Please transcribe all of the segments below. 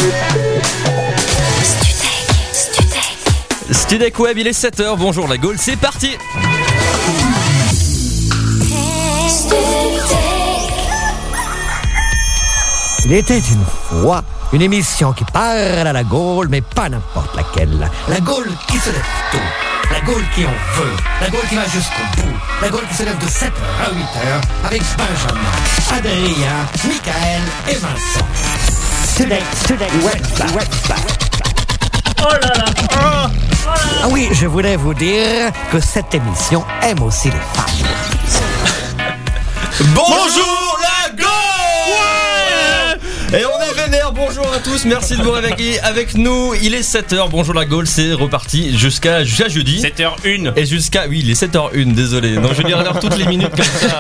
Studek Web, il est 7h, bonjour la Gaule, c'est parti. Il était une fois une émission qui parle à la Gaule, mais pas n'importe laquelle. La Gaule qui se lève tôt, la Gaule qui en veut, la Gaule qui va jusqu'au bout, la Gaule qui se lève de 7h à 8h avec Benjamin, Adrien, Michael et Vincent. Studek Web. Oh là là. Ah oui, je voulais vous dire que cette émission aime aussi les femmes. Bonjour la Gaule. Et on est vénère, bonjour à tous, merci de vous réveiller avec nous. Il est 7h, bonjour la Gaule, c'est reparti jusqu'à jeudi. 7h01. Et jusqu'à, oui, il est 7h01, désolé. Donc je vais dire l'heure toutes les minutes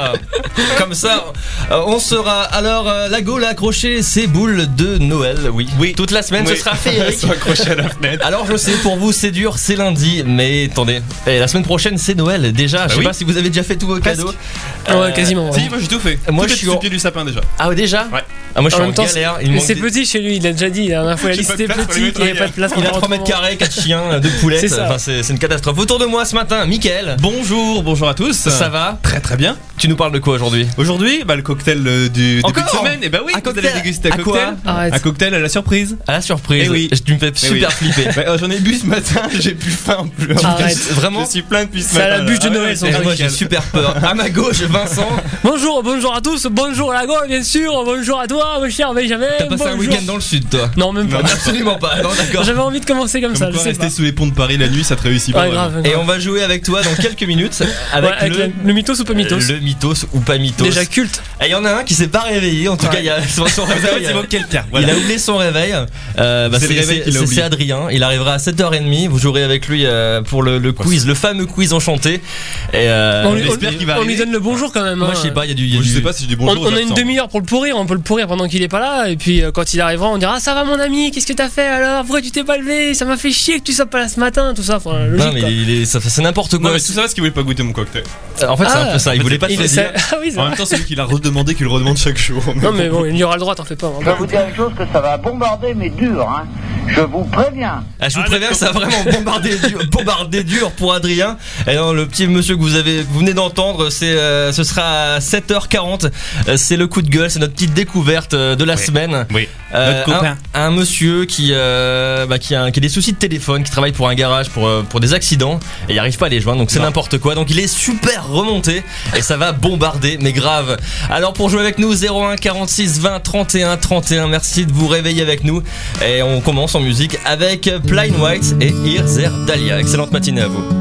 comme ça, on sera. Alors la Gaule a accroché ses boules de Noël, oui. Toute la semaine, ce sera féerique. Elles sont accrochées à la fenêtre. Alors je sais, pour vous c'est dur, c'est lundi, mais attendez, la semaine prochaine c'est Noël déjà. Je sais pas si vous avez déjà fait tous vos cadeaux. Ouais, quasiment. Si, moi j'ai tout fait. Moi tout je suis au pied du sapin déjà. Ah déjà. Ouais. Ah, moi je suis en même temps, galère. Mais c'est petit chez lui, il a déjà dit. La dernière fois, il a dit c'était petit, il n'y avait pas de place pour il a 3 mètres carrés, 4 chiens, 2 poulettes. C'est ça. Enfin, c'est une catastrophe. Autour de moi ce matin, Mickaël. Bonjour à tous. Ça va? Très très bien. Tu nous parles de quoi aujourd'hui? Aujourd'hui, le cocktail du début de semaine. Et bah oui, un vous cocktail. allez déguster un À quoi? cocktail. Arrête. Un cocktail à la surprise. À la surprise. Eh oui. Tu me fais super flipper. J'en ai bu ce matin, j'ai plus faim en plus. Arrête. Vraiment? Je suis plein depuis ce C'est à matin. la bûche de Noël, son Et truc. moi j'ai super peur. À ma gauche, Vincent. Bonjour à tous, bonjour à la Gaule, bien sûr, bonjour à toi, mon cher Benjamin. T'as passé un week-end dans le sud, toi? Non, même pas. Non, absolument pas. Non, d'accord. J'avais envie de commencer comme ça, Comme je quoi, sais rester pas. sous les ponts de Paris la nuit, ça te réussit pas. Ouais, vraiment. grave. Et on va jouer avec toi dans quelques minutes avec, Ouais, avec le mythos ou pas mythos. Le mythos ou pas mythos. Déjà culte. Et il y en a un qui s'est pas réveillé, en tout cas il y a son réveil. C'est quelqu'un. Il a oublié son réveil. C'est le réveil qu'il a oublié. C'est Adrien. Il arrivera à 7h30. Vous jouerez avec lui pour le quiz, le fameux quiz enchanté. Et j'espère qu'il va On lui arriver. donne le bonjour quand même. moi hein. je sais pas, il y a du. Moi, je sais pas si j'ai du bonjour. On a une demi-heure pour le pourrir, on peut le pourrir pendant qu'il est pas là, et puis quand il arrivera, on dira: ah, ça va mon ami, qu'est-ce que t'as fait alors? Pourquoi tu t'es pas levé? Ça m'a fait chier que tu sois pas là ce matin, tout ça. Enfin, logique, Non mais quoi. c'est n'importe quoi. Non, mais tout ça parce qu'il voulait pas goûter mon cocktail. En fait c'est un peu ça. Il voulait pas te Il le est- dire. Ah oui, c'est En vrai. même temps, c'est lui qui l'a redemandé, qu'il le redemande chaque jour. Non mais bon, il y aura le droit, t'en fais pas. Je vais vous dire une chose, que ça va bombarder, mais dur, hein. Je vous préviens. Ah, je vous préviens, ça va vraiment bombarder dur pour Adrien. Et non, le petit monsieur que vous venez d'entendre, ce sera à 7h40. C'est le coup de gueule, c'est notre petite découverte de la semaine. Oui. Notre copain. Un monsieur qui a des soucis de téléphone, qui travaille pour un garage pour des accidents et il arrive pas à les joindre, donc c'est n'importe quoi. Donc il est super remonté et ça va bombarder, mais grave. Alors pour jouer avec nous, 01 46 20 31 31. Merci de vous réveiller avec nous et on commence en musique avec Plain White et Here There Dahlia. Excellente matinée à vous.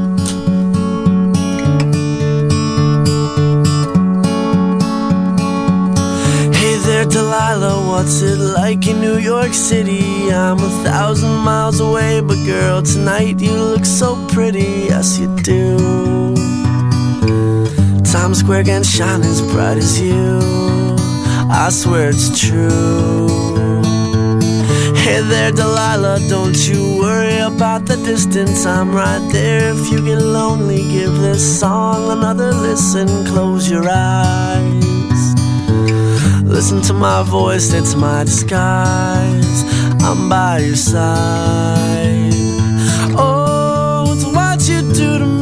Hey there, Delilah, what's it like in New York City? I'm 1,000 miles away, but girl, tonight you look so pretty, yes you do. Times Square can shine as bright as you, I swear it's true. Hey there, Delilah, don't you worry about the distance, I'm right there. If you get lonely, give this song another listen, close your eyes. Listen to my voice, it's my disguise, I'm by your side. Oh, it's what you do to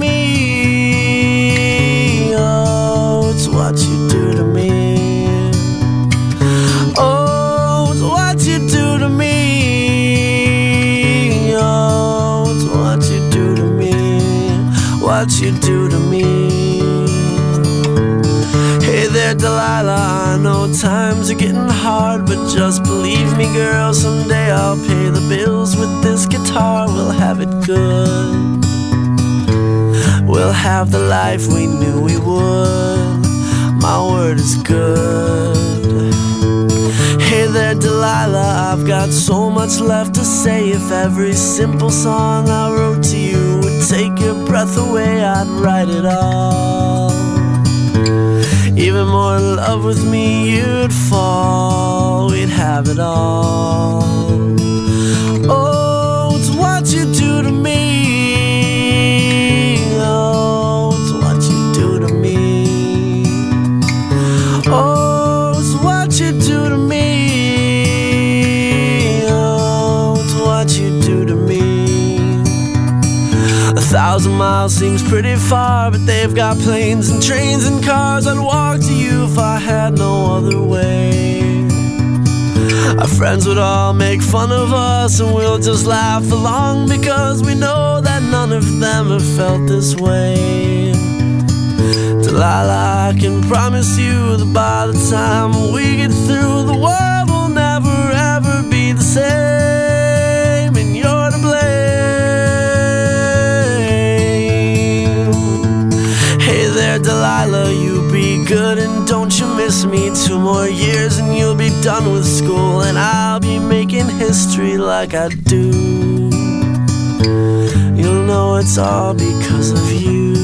me. Oh, it's what you do to me. Oh, it's what you do to me. Oh, it's what you do to me. What you do to me. Hey there, Delilah, I know times are getting hard, but just believe me, girl, someday I'll pay the bills with this guitar. We'll have it good. We'll have the life we knew we would. My word is good. Hey there, Delilah, I've got so much left to say. If every simple song I wrote to you would take your breath away, I'd write it all. Even more in love with me, you'd fall. We'd have it all. Oh, it's what you do to me. Oh, it's what you do to me. Oh, it's what you do to me. Oh, 1,000 miles seems pretty far, but they've got planes and trains and cars. I'd walk to you if I had no other way. Our friends would all make fun of us, and we'll just laugh along, because we know that none of them have felt this way. Delilah, I can promise you that by the time we get through, the world will never ever be the same, and you're to blame. Hey there, Delilah, you be good and don't you miss me. 2 more years and you'll be done with school, and I'll be making history like I do. You'll know it's all because of you.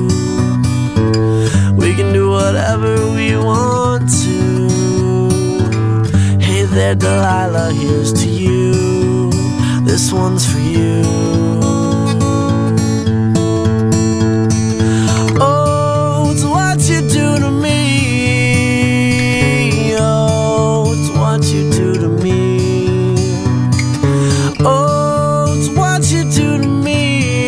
We can do whatever we want to. Hey there, Delilah, here's to you. This one's for you. Oh, it's what you do to me. Oh, it's what you do to me. Oh, it's what you do to me.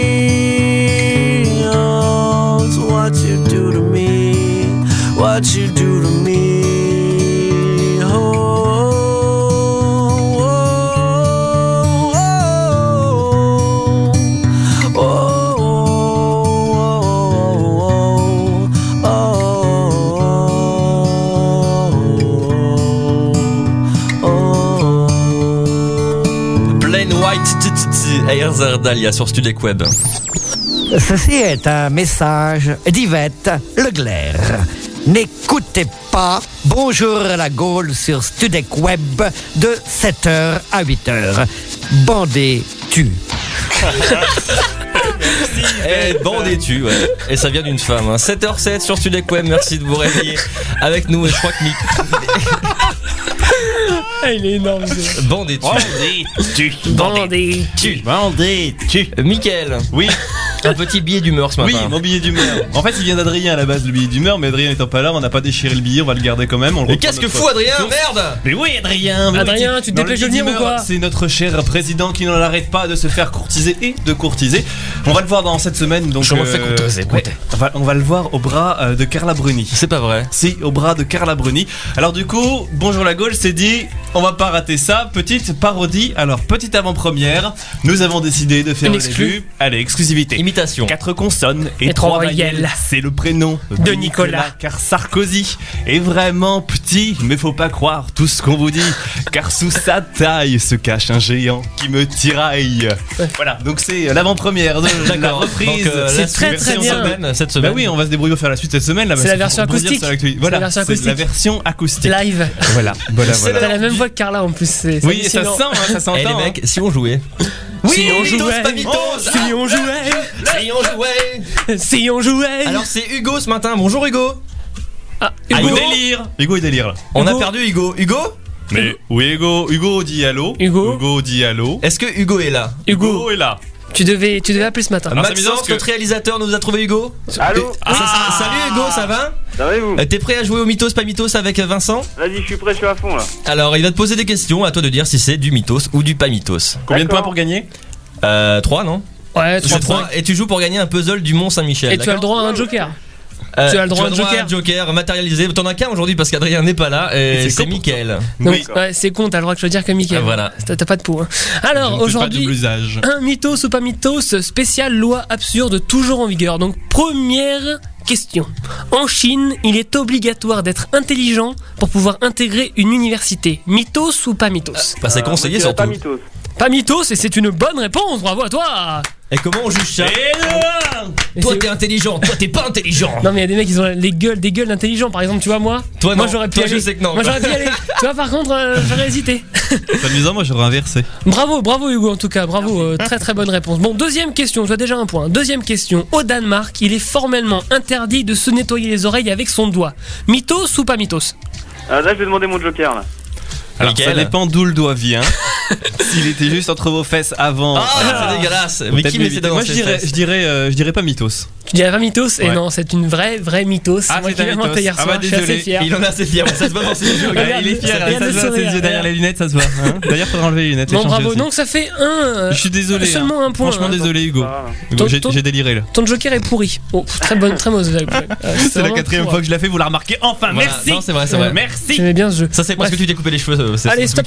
Oh, it's what you do to me. What you do to me. Air Dahlia sur Studek Web. Ceci est un message d'Yvette Leclerc. N'écoutez pas Bonjour la Gaule sur Studek Web de 7h à 8h. Bandez-tu. Et bandez-tu, ouais. Et ça vient d'une femme. Hein. 7h07 sur Studek Web. Merci de vous réveiller avec nous. Et je crois que Ah, il est énorme. Bandez-tu. Bandez-tu. Bandez-tu. Mickaël. Oui. Un petit billet d'humeur ce matin. Oui, mon billet d'humeur. En fait, il vient d'Adrien à la base, le billet d'humeur, mais Adrien n'étant pas là, on n'a pas déchiré le billet, on va le garder quand même. Mais qu'est-ce que fout Adrien, merde. Mais oui, Adrien. Adrien, tu te dépêches de venir ou quoi? C'est notre cher président qui n'en arrête pas de se faire courtiser et de courtiser. On va le voir dans cette semaine. Donc, je me fais courtiser. Ouais, on va le voir au bras de Carla Bruni. C'est pas vrai. Si, au bras de Carla Bruni. Alors du coup, Bonjour la Gaule s'est dit, on va pas rater ça. Petite parodie. Alors, petite avant-première. Nous avons décidé de faire une exclu. Allez, exclusivité. Imitation. 4 consonnes et 3 voyelles. C'est le prénom de Nicolas. Car Sarkozy est vraiment petit, mais faut pas croire tout ce qu'on vous dit. Car sous sa taille se cache un géant qui me tiraille. Voilà, donc c'est l'avant-première de la reprise. Donc, c'est très très bien. Cette semaine. Bah oui, on va se débrouiller pour faire la suite cette semaine. Là, c'est la version acoustique. Voilà, c'est la version acoustique. Live. Voilà. T'as la même voix que Carla en plus. Oui, ça sent, ça s'entend. Et les mecs, si on jouait. Oui, si on jouait. Si on jouait. Si on jouait. Si on jouait. Alors c'est Hugo ce matin. Bonjour Hugo. Ah, Hugo délire. Hugo est délire là. On a perdu Hugo. Hugo. Mais oui, Hugo dit allô. Hugo dit allô. Est-ce que Hugo est là? Hugo est là. Tu devais appeler ce matin. Maxence, notre réalisateur, nous a trouvé Hugo. Allô. Salut Hugo, ça va? Ça va et vous? T'es prêt à jouer au mythos pas mythos avec Vincent? Vas-y, je suis prêt, je suis à fond là. Alors il va te poser des questions, à toi de dire si c'est du mythos ou du pas mythos. Combien de points pour gagner? 3 non? Ouais, 3. Et tu joues pour gagner un puzzle du Mont Saint-Michel. Et tu as le droit à un joker. Tu as le droit à un joker matérialisé. T'en as qu'un aujourd'hui parce qu'Adrien n'est pas là et c'est Mickaël. Donc, ouais, c'est con, t'as le droit de choisir que Mickaël. Voilà. T'as pas de peau. Hein. Alors aujourd'hui, un mythos ou pas mythos spécial loi absurde toujours en vigueur. Donc première question. En Chine, il est obligatoire d'être intelligent pour pouvoir intégrer une université. Mythos ou pas mythos? C'est conseillé surtout. Pas mythos. Pas mythos et c'est une bonne réponse. Bravo à toi. Et comment on juge ça? Toi t'es intelligent, toi t'es pas intelligent. Non mais il y a des mecs qui ont des gueules d'intelligents. Par exemple, tu vois moi. Toi moi non. J'aurais pu toi, aller. Je sais que non. Moi j'aurais pu y aller. Tu vois par contre j'aurais hésité. C'est amusant, moi j'aurais inversé. Bravo Hugo en tout cas, bravo. Très très bonne réponse. Bon, deuxième question, tu as déjà un point. Deuxième question. Au Danemark, il est formellement interdit de se nettoyer les oreilles avec son doigt. Mythos ou pas mythos? Là je vais demander mon joker là. Alors ça dépend d'où le doigt vient. S'il était juste entre vos fesses avant. C'est dégueulasse. Mais qui met ses doigts dans ses fesses ? Je dirais pas mythos. Tu dirais pas mythos ? Et non, c'est une vraie mythos. Ah, moi qui l'ai inventé hier soir, je suis assez fier. Il en est assez fier, ça se voit dans ses yeux. Il est fier, ça se voit, ses yeux derrière les lunettes, ça se voit. D'ailleurs, faudra enlever les lunettes. Bon, bravo. Donc ça fait un. Je suis désolé. Seulement un point. Franchement, désolé, Hugo. J'ai déliré là. Ton joker est pourri. Oh, très mauvaise blague. C'est la 4e fois que je la fais, vous la remarquez enfin. Merci. Non, c'est vrai. Merci. J'aimais bien ce jeu. Ça, c'est parce que tu t'es coupé les cheveux. Allez, stop.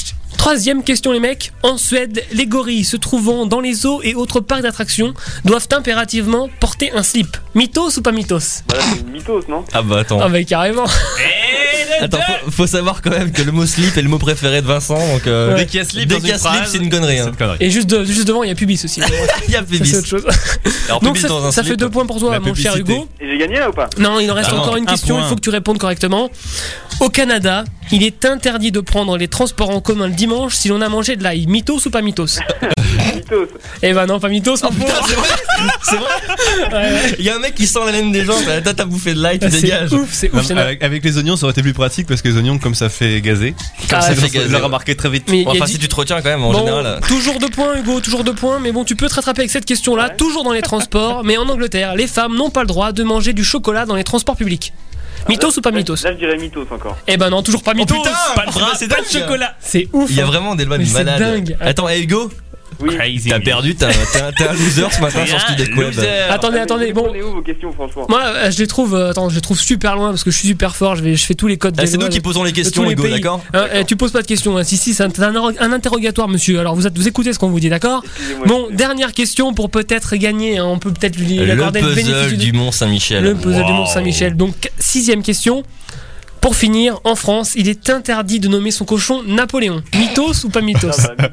3e question, les mecs. En Suède, les gorilles se trouvant dans les zoos et autres parcs d'attractions doivent impérativement porter un slip. Mythos ou pas mythos ? C'est mythos, non ? Ah bah attends. Ah bah carrément. Attends, faut savoir quand même que le mot slip est le mot préféré de Vincent. Donc dès qu'il y a slip, c'est une connerie. Et juste devant, il y a pubis aussi. Il y a pubis. C'est autre chose. Alors, donc pubis dans un ça slip. fait 2 points pour toi, mon cher Hugo. Et j'ai gagné là ou pas ? Non, il en reste encore une question. Il faut que tu répondes correctement. Au Canada, il est interdit de prendre les transports en commun le dimanche si l'on a mangé de l'ail. Mythos ou pas mythos ? Mythos. Eh ben non, pas mythos. Oh putain, c'est vrai. Il y a un mec qui sent la laine des gens. T'as bouffé de l'ail, tu dégages. C'est ouf. Avec les oignons, ça aurait été plus pratique parce que les oignons, comme ça fait gazer. Comme ça fait gazer. Je l'ai remarqué très vite. Enfin, si tu te retiens quand même, en général. Toujours 2 points, Hugo, toujours 2 points. Mais bon, tu peux te rattraper avec cette question-là. Ouais. Toujours dans les transports. Mais en Angleterre, les femmes n'ont pas le droit de manger du chocolat dans les transports publics. Mythos ou pas mythos ? Là, je dirais mythos encore. Eh ben non, toujours pas mythos. Oh putain, pas de bras, c'est pas de chocolat. C'est ouf. Il y a vraiment des lois de malade. C'est dingue. Attends, Hugo ? Oui. T'as perdu, t'es un loser ce matin sur Studio Web. Attendez, bon. On est où vos questions, franchement ? Moi, je les trouve super loin parce que je suis super fort. Je fais tous les codes. C'est nous qui posons les questions, Hugo, d'accord ? Tu poses pas de questions. Si, c'est un interrogatoire, monsieur. Alors vous écoutez ce qu'on vous dit, d'accord ? Bon, dernière question pour peut-être gagner. On peut peut-être lui accorder le bénéfice. Le puzzle du Mont-Saint-Michel. Le puzzle du Mont-Saint-Michel. Donc 6e question. Pour finir, en France, il est interdit de nommer son cochon Napoléon. Mythos ou pas mythos ?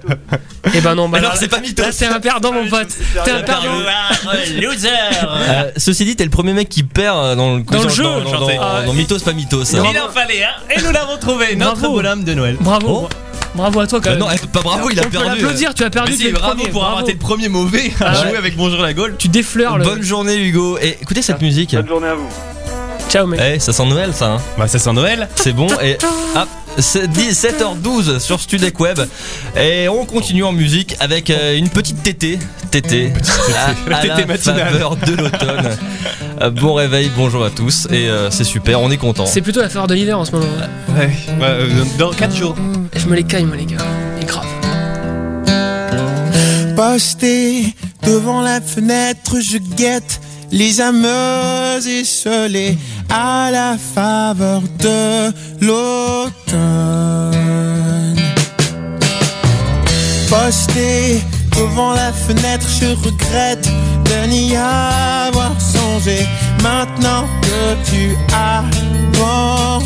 Eh ben non, bah alors c'est pas mythos. Là, t'es un perdant, mon pote. T'es un perdant. Loser. Ceci dit, t'es le premier mec qui perd dans le jeu. Dans mythos, pas mythos. Il en fallait, hein. Et nous l'avons trouvé. Notre bonhomme de Noël. Bravo. Bravo à toi quand même. Non, pas bravo, il a perdu. On peut l'applaudir, tu as perdu. Mais si, bravo pour avoir raté le premier mauvais à jouer avec Bonjour la Gaule. Tu défleurs le. Bonne journée, Hugo. Et écoutez cette musique. Bonne journée à vous. Ciao mec. Ça sent Noël ça. Bah ça sent Noël. C'est bon. Et c'est 17h12 sur Studek Web. Et on continue en musique avec une petite tétée. La tétée matinale. À la faveur de l'automne. Bon réveil, bonjour à tous. Et c'est super, on est content. C'est plutôt la faveur de l'hiver en ce moment. Ouais. Dans 4 jours. Je me les caille moi les gars. Et grave. Posté devant la fenêtre, je guette les âmes esselées à la faveur de l'automne. Posté devant la fenêtre, je regrette de n'y avoir songé. Maintenant que tu abandonnes,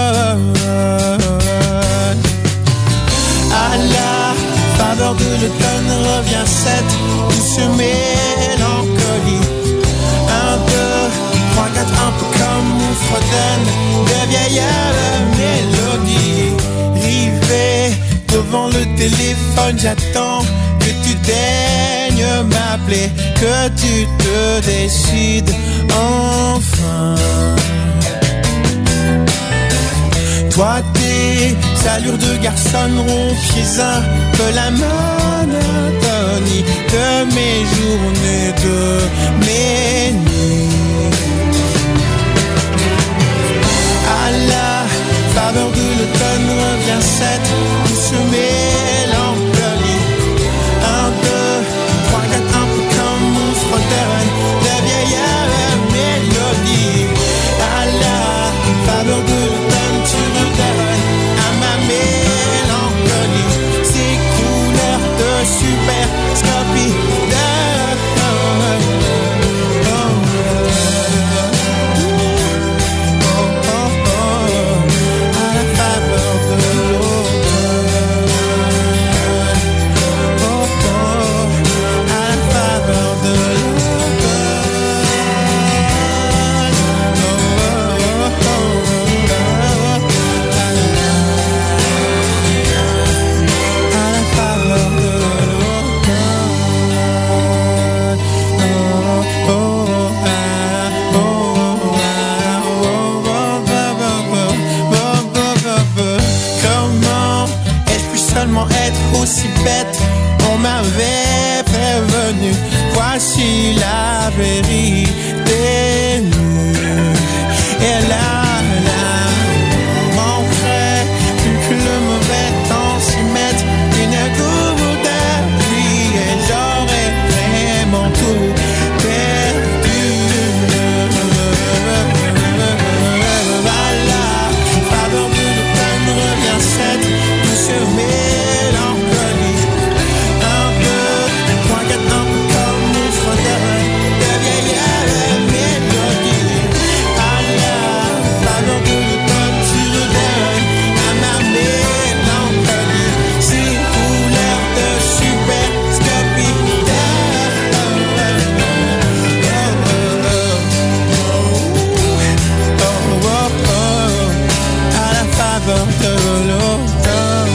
à la faveur de l'automne revient cette douce mélancolie. 1, 2, 3, 4, un peu comme on fredonne de vieilles mélodies. Rivé devant le téléphone, j'attends que tu daignes m'appeler, que tu te décides enfin. Toi tes allures de garçon rompiez un peu la monotonie de mes journées, de mes nuits. À la faveur de l'automne revient cette douce mélancolie. 1, 2, 3, 4, un peu comme on fredonne de vieilles mélodies. À la faveur de l'automne tu redonnes à ma mélancolie ces couleurs de superscopie de à la faveur de l'automne. bête, on m'avait prévenu. Voici la vérité nue. Et là, on manquerait plus que le mauvais temps s'y mette une goutte de pluie et j'aurais vraiment tout perdu. Voilà, faveur de l'automne revient cette douce mélancolie. Un peu, point qu'être un peu comme une frontière de vieille mélodie. À la faveur de l'automne, tu redonnes à ma mélancolie. Si couleur de super à la faveur de l'automne.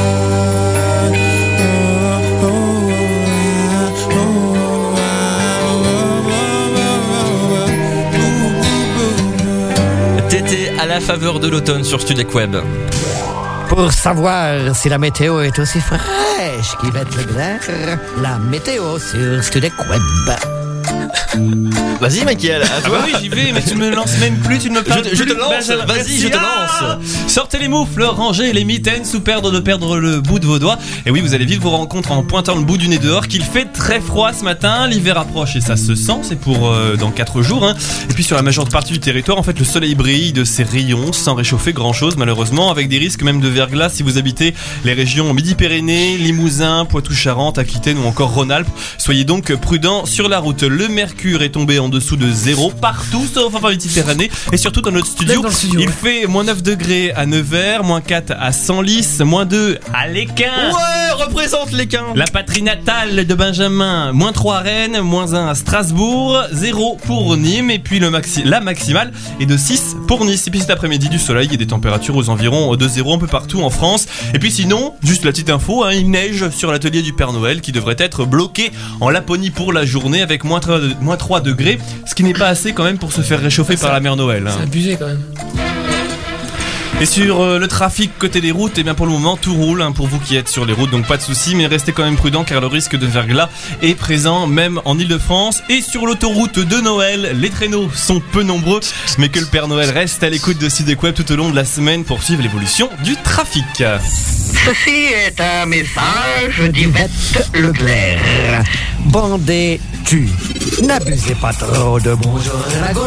Tété à la faveur de l'automne sur Studek Web. Pour savoir si la météo est aussi fraîche qu'Yvette Leclerc, la météo sur Studek Web. Vas-y, Michael, à toi. Ah bah oui, j'y vais, mais tu me lances même plus, tu ne me parles plus. Je te lance, vas-y, je te lance. Sortez les moufles, rangez les mitaines, sous perdre de perdre le bout de vos doigts. Et oui, vous allez vivre vos rencontres en pointant le bout du nez dehors, qu'il fait très froid ce matin, l'hiver approche et ça se sent, c'est pour dans 4 jours. Hein. Et puis sur la majeure partie du territoire, en fait, le soleil brille de ses rayons sans réchauffer grand-chose, malheureusement, avec des risques même de verglas si vous habitez les régions Midi-Pyrénées, Limousin, Poitou-Charentes, Aquitaine ou encore Rhône-Alpes. Soyez donc prudents sur la route. Le mercure est tombé en dessous de 0 partout sauf en Méditerranée et surtout dans notre studio. Il fait moins 9 degrés à Nevers, moins 4 à Senlis, moins 2 à l'Équin. Ouais, représente l'Équin. La patrie natale de Benjamin, moins 3 à Rennes, moins 1 à Strasbourg, 0 pour Nîmes et puis la maximale est de 6 pour Nice. Et puis cet après-midi du soleil et des températures aux environs de 0 un peu partout en France. Et puis sinon, juste la petite info, hein, il neige sur l'atelier du Père Noël qui devrait être bloqué en Laponie pour la journée avec moins 3 degrés, ce qui n'est pas assez quand même pour se faire réchauffer par la mère Noël. Hein. C'est abusé quand même. Et sur le trafic côté des routes, et bien pour le moment tout roule hein, pour vous qui êtes sur les routes, donc pas de soucis, mais restez quand même prudents car le risque de verglas est présent même en Ile-de-France. Et sur l'autoroute de Noël, les traîneaux sont peu nombreux, mais que le Père Noël reste à l'écoute de Studek Web tout au long de la semaine pour suivre l'évolution du trafic. Ceci est un message d'Yvette Leclerc. Bandez tu, n'abusez pas trop de bonjour de la Gaule.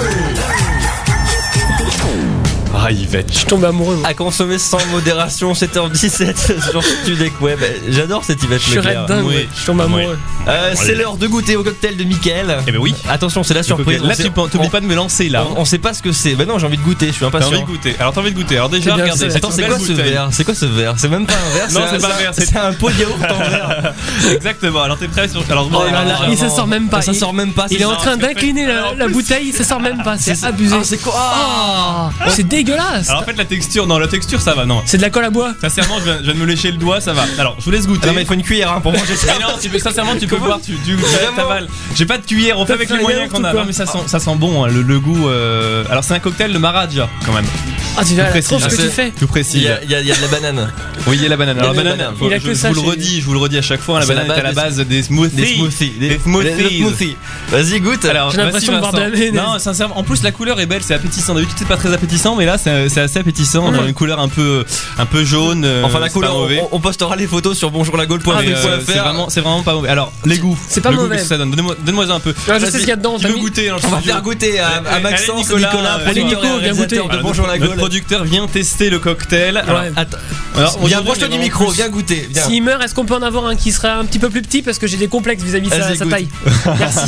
Ah Yvette, Je tombe amoureux. Moi. À consommer sans modération, 7h17 sur Studek Web. J'adore cette Yvette Je suis Leclerc. red dingue. Oui. Je tombe amoureux. C'est l'heure de goûter au cocktail de Mickaël. Eh ben oui. Attention, c'est la surprise. Là tu t'oublies pas de me lancer là. On sait pas ce que c'est. Ben non, j'ai envie de goûter, je suis T'as impatient. envie de goûter. Alors t'as envie de goûter. Alors déjà C'est bien, regardez. c'est- Attends, c'est quoi ce verre? C'est quoi ce verre? C'est même pas un verre. Non, c'est pas un verre, C'est un pot de yaourt en verre. Exactement. Alors t'es prêt sur. Alors Oh là là, il se sort même pas. Ça sort même pas. Il est en train c'est d'incliner la bouteille, ça sort même pas. C'est abusé. C'est quoi? Oh, c'est dégueulasse. Alors en fait la texture, non la texture ça va non. C'est de la colle à bois. Sincèrement je viens de me lécher le doigt, ça va. Alors je vous laisse goûter. Non mais il faut une cuillère hein, pour manger ça. Mais non, sincèrement, tu peux Comment boire, tu Vraiment t'avales. J'ai pas de cuillère, on fait avec les moyens qu'on a. Non, mais ça sent bon, hein, le goût. Alors, c'est un cocktail de Maharaja, quand même. Ah, tu vas précis, trop ce que c'est- tu fais. Tout Il précis. y a de la banane. Oui, il y a la banane. Alors, la Il y a banane, la banane. Il a que ça je vous le chez redis, je vous le redis à chaque fois, la C'est banane la est à la base base des smoothies. Des smoothies. Des smoothies. Vas-y, goûte. Alors, J'ai l'impression de vas-y, boire de la Vincent. mayonnaise. Non, sincèrement, en plus la couleur est belle, c'est appétissant. D'habitude c'est pas très appétissant, mais là c'est assez appétissant. Enfin, une couleur un peu jaune. Enfin, la c'est pas couleur, mauvais. on postera les photos sur bonjourlagaulle.fr. Mais, c'est vraiment pas mauvais. Alors, les goûts. C'est pas le goût, mauvais. qu'est-ce que ça donne. Donne-moi un peu. Ah, je sais ce qu'il y a dedans. Qui veut goûter dans le On va studio. faire goûter à Maxence, Allez, Nicolas, allez, Nico, producteur et viens goûter. réalisateur de Bonjour la Notre Gaule. producteur vient tester le cocktail. Alors, Ouais. Attends, alors, viens, aujourd'hui, proche-toi du en micro, plus- viens goûter. Viens. S'il meurt, est-ce qu'on peut en avoir un qui serait un petit peu plus petit parce que j'ai des complexes vis-à-vis de Vas-y, sa goûte. taille. Merci.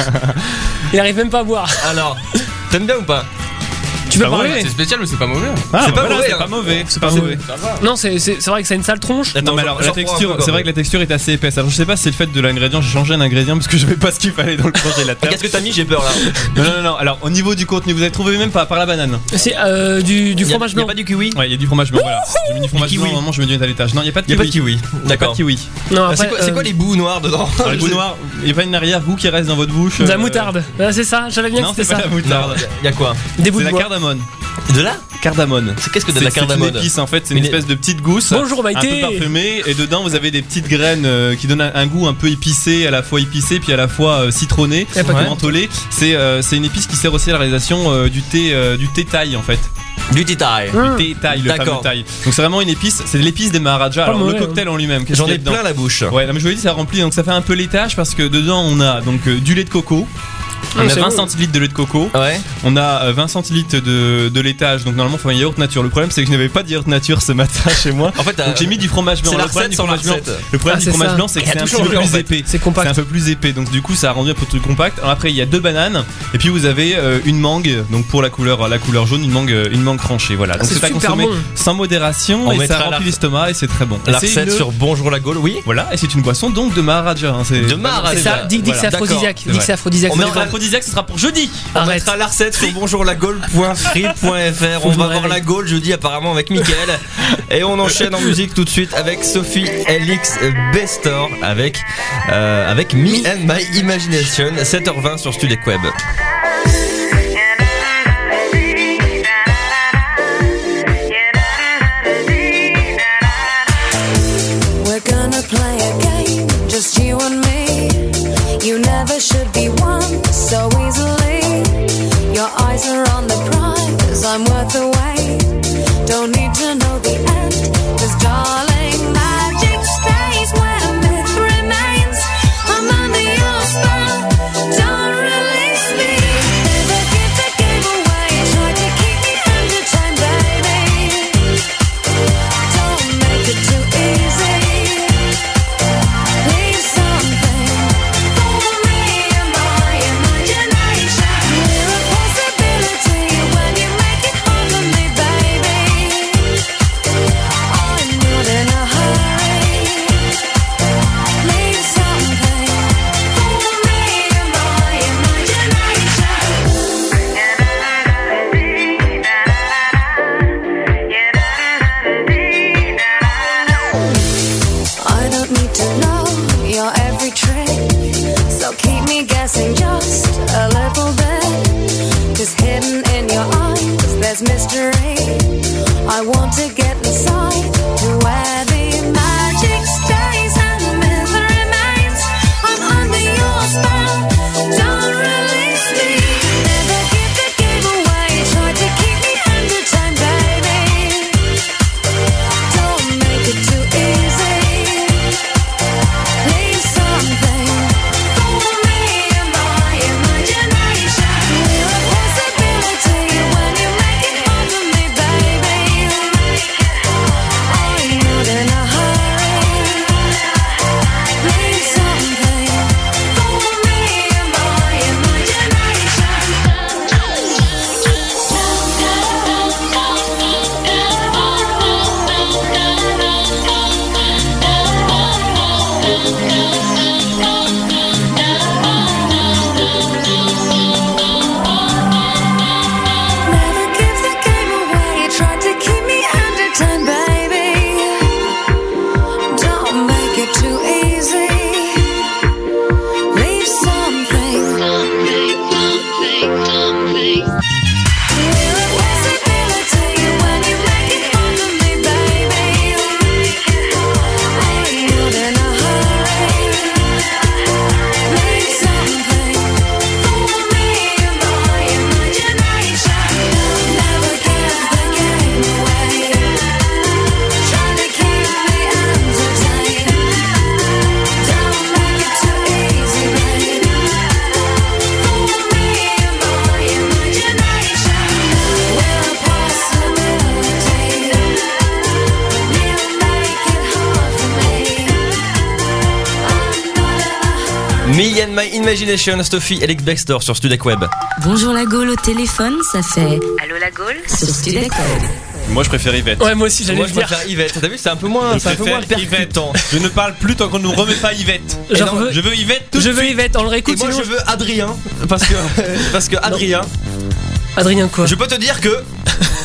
Il arrive même pas à boire. Alors, t'aimes bien ou pas? Tu veux Pas parler mauvais. C'est spécial, mais c'est pas mauvais. Ah, C'est pas voilà, mauvais, c'est hein. pas mauvais. C'est pas mauvais. Non, c'est vrai que ça a une sale tronche. Non, mais alors la texture, c'est vrai que la texture est assez épaisse. Alors je sais pas si c'est le fait de l'ingrédient, j'ai changé un ingrédient parce que je savais pas ce qu'il fallait dans le congélateur. Qu'est-ce que t'as mis? J'ai peur là. Non. Alors au niveau du contenu, vous avez trouvé même pas par la banane. C'est du fromage Y'a blanc. pas du kiwi? Ouais, il y a du fromage blanc. Voilà. J'ai mis du fromage kiwi. blanc. Normalement, je me dis à l'étage. Non, il y a pas de Y'a kiwi. pas de kiwi. Y a pas de D'accord. kiwi. Non, après, C'est quoi les bouts noirs dedans? Alors, les goûts noirs, il y a pas une arrière-goût qui reste dans votre bouche. de la moutarde. Ah, c'est ça, j'avais bien Non, que c'est c'était pas ça. la moutarde. Y'a quoi? Des bouts C'est de la bois. cardamone. De là? cardamone. Qu'est-ce que de la cardamone? C'est une épice en fait, c'est une espèce de petite gousse. Bonjour Maïté. Un peu parfumée, et dedans vous avez des petites graines qui donnent un goût un peu épicé, à la fois épicé puis à la fois citronné, mentholé. C'est une épice qui sert aussi à la réalisation du thé thaï en fait. Du thé thaï. Du thé thaï, le fameux thaï. Donc c'est vraiment une épice, c'est de l'épice des Maharajas. Alors le cocktail en lui-même, j'en ai plein la bouche. Ouais, non, mais je vous l'ai dit, ça remplit, donc ça fait un peu laitage parce que dedans on a donc du lait de coco. On a 20 centilitres de lait de coco. Ouais. On a 20 centilitres de laitage. Donc normalement, il faut un yaourt nature. Le problème, c'est que je n'avais pas de yaourt nature ce matin chez moi. En fait, donc j'ai mis du fromage blanc. C'est la recette sans la recette. Le problème du fromage blanc, c'est que c'est un peu plus épais. C'est compact. C'est un peu plus épais. Donc du coup, ça a rendu un peu truc compact. Alors après, il y a 2 bananes. Et puis vous avez une mangue. Donc pour la couleur jaune, une mangue tranchée. Voilà. Donc c'est à consommer sans modération. Et ça remplit l'estomac et c'est très bon. La recette sur Bonjour la Gaule, oui. Voilà. Et c'est une boisson donc de Maharaja. De Maharaja. Dis que c'est aphrodisiaque. Dis que c'est aphrodisiaque. On met l'aphrodisiaque, ce sera pour jeudi. On mettra la recette sur bonjourlagaule.free.fr. On va voir la Gaule jeudi apparemment avec Mickaël. Et on enchaîne en musique tout de suite avec Sophie LX Bestor avec Me and My Imagination. 7h20 sur Studek Web. We're gonna play a game, just you and me. You never should be won so easily. Your eyes are on the prize, I'm worth the wait. Don't need to know the end, 'cause darling, magic stays where myth remains. I'm under your spell, don't release me. Never give the game away, try to keep me entertained, baby. Don't make it too easy. Leave something for me and my imagination. We're a possibility when you make it hard for me, baby. I'm not in a hurry. Leave something for me and my imagination. I don't need to know your every trick, so keep me guessing just a little bit. 'Cause hidden in your eyes, there's mystery. I want to get inside to where the magic stays and myth remains. I'm under your spell, don't release me. Never give the game away, try to keep me entertained, baby. Don't make it too easy. Leave something for me and my imagination. We're a possibility when you make it hard for me, baby. I'm not in a hurry. Leave something for me and my imagination. Never give the game away, try to keep me entertained, baby. Don't make it too easy. Leave something. We're a possibility when you make it hard for me, baby. I'm not in a hurry. Leave something for me and my imagination. Never give the game away. Try to keep me entertained. Don't make it too easy, baby. For me and my imagination. We're a possibility. You make it hard for me. Me and My Imagination, Sophie LX Bestor sur Studek Web. Bonjour la Gaule au téléphone, ça fait Allô la Gaule sur Studek Web. Moi je préfère Yvette. Ouais, moi aussi j'allais Moi le je dire. préfère Yvette. T'as vu, c'est un peu moins percutant. Je ne parle plus tant qu'on ne remet pas Yvette. Je veux Yvette tout de Je veux suite. Yvette, on le Et réécoute. moi sinon je veux Adrien parce que Adrien, Adrien quoi? je peux te dire que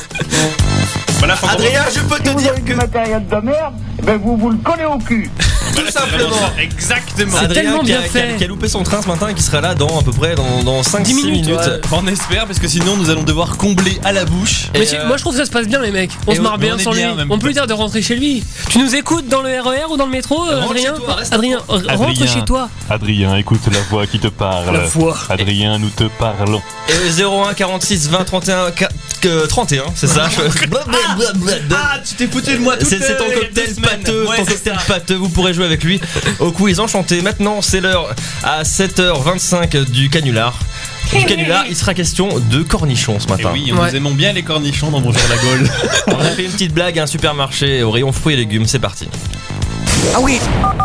Voilà, faut qu'on Adrien, je peux te dire que matériel de merde, ben vous le collez au cul. Tout simplement. Exactement. C'est Adrien tellement qui a, bien fait. qui a loupé son train ce matin et qui sera là dans à peu près dans 5-6 10 minutes, minutes. ouais. On espère parce que sinon nous allons devoir combler à la bouche. Mais moi je trouve que ça se passe bien les mecs. On et se marre on bien est sans lui. bien, même. On peut lui dire de rentrer chez lui. Tu nous écoutes dans le RER ou dans le métro, Rentre Adrien chez toi, reste à Adrien, rentre chez toi. Adrien, écoute la voix qui te parle. La voix. Adrien, nous te parlons. Et 01 46 20 31 31, c'est ça. Ah, tu t'es foutu de moi toute C'est ton cocktail pâteux, Ouais, ton c'est cocktail ça. pâteux, vous pourrez jouer avec lui au quiz enchanté. Maintenant, c'est l'heure à 7h25 du canular. Du canular, il sera question de cornichons ce Et matin. oui, nous aimons bien les cornichons dans Bonjour la Gaule. On a fait une petite blague à un supermarché au rayon fruits et légumes, c'est parti. Ah oui.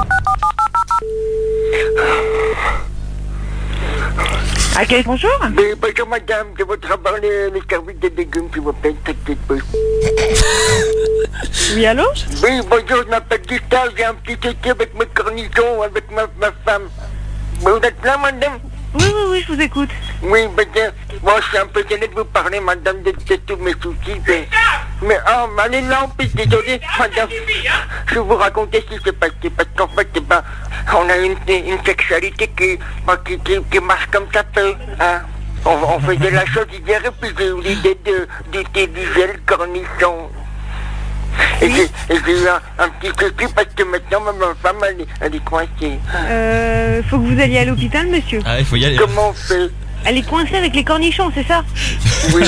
Ok, bonjour. Mais bonjour madame, je voudrais parler le service des légumes s'il vous plaît, t'inquiète pas. Oui, allô? Oui, bonjour, je m'appelle Gustave, j'ai un petit souci avec mes cornichons, avec ma femme. Vous êtes là madame? Oui, je vous écoute. Oui, madame, moi je suis un peu gêné de vous parler madame de tous mes soucis. Mais allez là en plus, désolé madame. Je vais vous raconter ce qui s'est passé, parce qu'en fait, on a une sexualité qui marche comme ça peut, hein. On faisait la chose hier et puis j'ai eu l'idée d'utiliser le cornichon. Et j'ai eu un petit souci parce que maintenant ma femme elle est coincée. Faut que vous alliez à l'hôpital, monsieur. Ah, il faut y aller. Comment on fait? Elle est coincée avec les cornichons, c'est ça? Oui.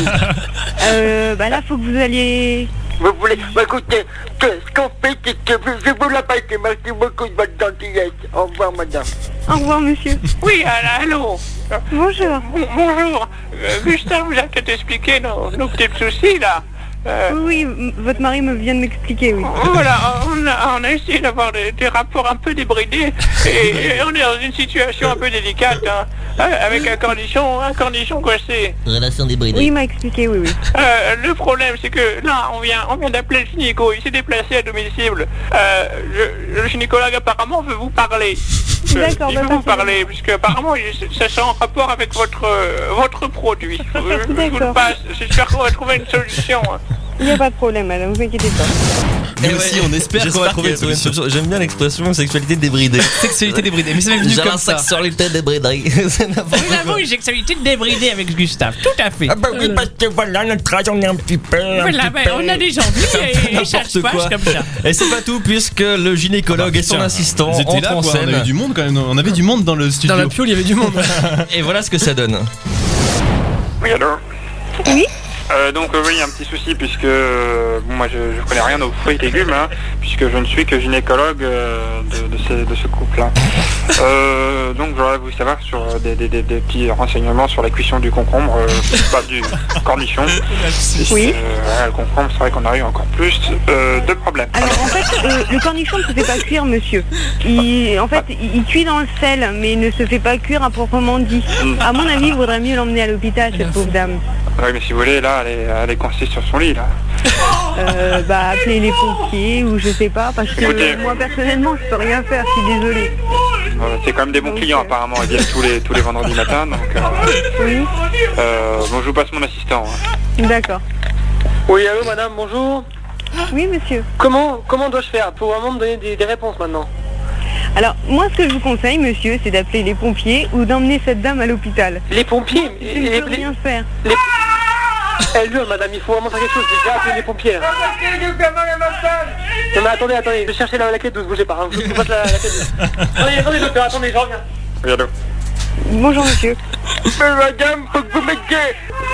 Bah là, faut que vous alliez... Vous voulez... Bah écoutez, ce qu'on fait, c'est que je vous la passe. Merci beaucoup de votre gentillesse. Au revoir, madame. Au revoir, monsieur. Oui, allô. Bonjour. Bonjour. Gustave vous a peut-être expliqué nos petits soucis là. Oui, votre mari me vient de m'expliquer, oui. Voilà, on a essayé d'avoir des rapports un peu débridés et on est dans une situation un peu délicate, hein, avec un cornichon coincé. Relation débridée. Oui, il m'a expliqué, oui. Le problème, c'est que là, on vient d'appeler le gynéco, il s'est déplacé à domicile. Le gynécologue apparemment veut vous parler. D'accord, il veut vous parler, puisque apparemment ça sera en rapport avec votre produit. Je vous le passe, j'espère qu'on va trouver une solution. Il n'y a pas de problème, madame, vous inquiétez pas. Nous aussi, on espère qu'on va trouver une solution. J'aime bien l'expression sexualité débridée. Sexualité débridée, mais c'est même venu J'ai comme la ça. sexualité débridée. C'est n'importe Nous avons une sexualité débridée avec Gustave, tout à fait. Ah bah oui, parce que voilà, notre âge, on est un petit peu... Voilà, on a des envies et ça se passe quoi. comme ça. Et c'est pas tout, puisque le gynécologue et son assistant Ils étaient là, entrent en quoi. scène. On a eu du monde quand même. On avait du monde dans le studio. Dans la piole, il y avait du monde. Et voilà ce que ça donne. Oui, alors Oui. Donc oui, il y a un petit souci puisque bon, moi je connais rien aux fruits et légumes, hein, puisque je ne suis que gynécologue de ce couple-là. Donc j'aurais voulu savoir sur des petits renseignements sur la cuisson du concombre, pas du cornichon. Oui. Le concombre, c'est vrai qu'on a eu encore plus de problèmes. Alors en fait, le cornichon ne se fait pas cuire, monsieur. Il cuit dans le sel, mais il ne se fait pas cuire à proprement dit. À mon avis, il vaudrait mieux l'emmener à l'hôpital, cette pauvre dame. Oui, mais si vous voulez, là, elle est coincée sur son lit, là. Bah appelez les pompiers ou je sais pas, parce que Écoutez. moi personnellement je peux rien faire, je suis désolée. C'est quand même des bons clients, apparemment. Ils viennent tous les vendredis matins, donc... Oui. Bon, je vous passe mon assistant. Hein. D'accord. Oui, allô madame, bonjour. Oui, monsieur. Comment dois-je faire? Faut vraiment me donner des réponses maintenant. Alors, moi, ce que je vous conseille, monsieur, c'est d'appeler les pompiers ou d'emmener cette dame à l'hôpital. Les pompiers? Je ne peux rien faire. Elle hurle, madame, il faut vraiment faire quelque chose. J'ai déjà appelé les pompiers. Là. Non, mais attendez, je vais chercher la clé 12, bougez pas. Hein. Je vous passe la clé 12. Attendez, docteur, attendez, je reviens. Oui, allô. Bonjour, monsieur. Mais madame, faut que vous m'aidiez.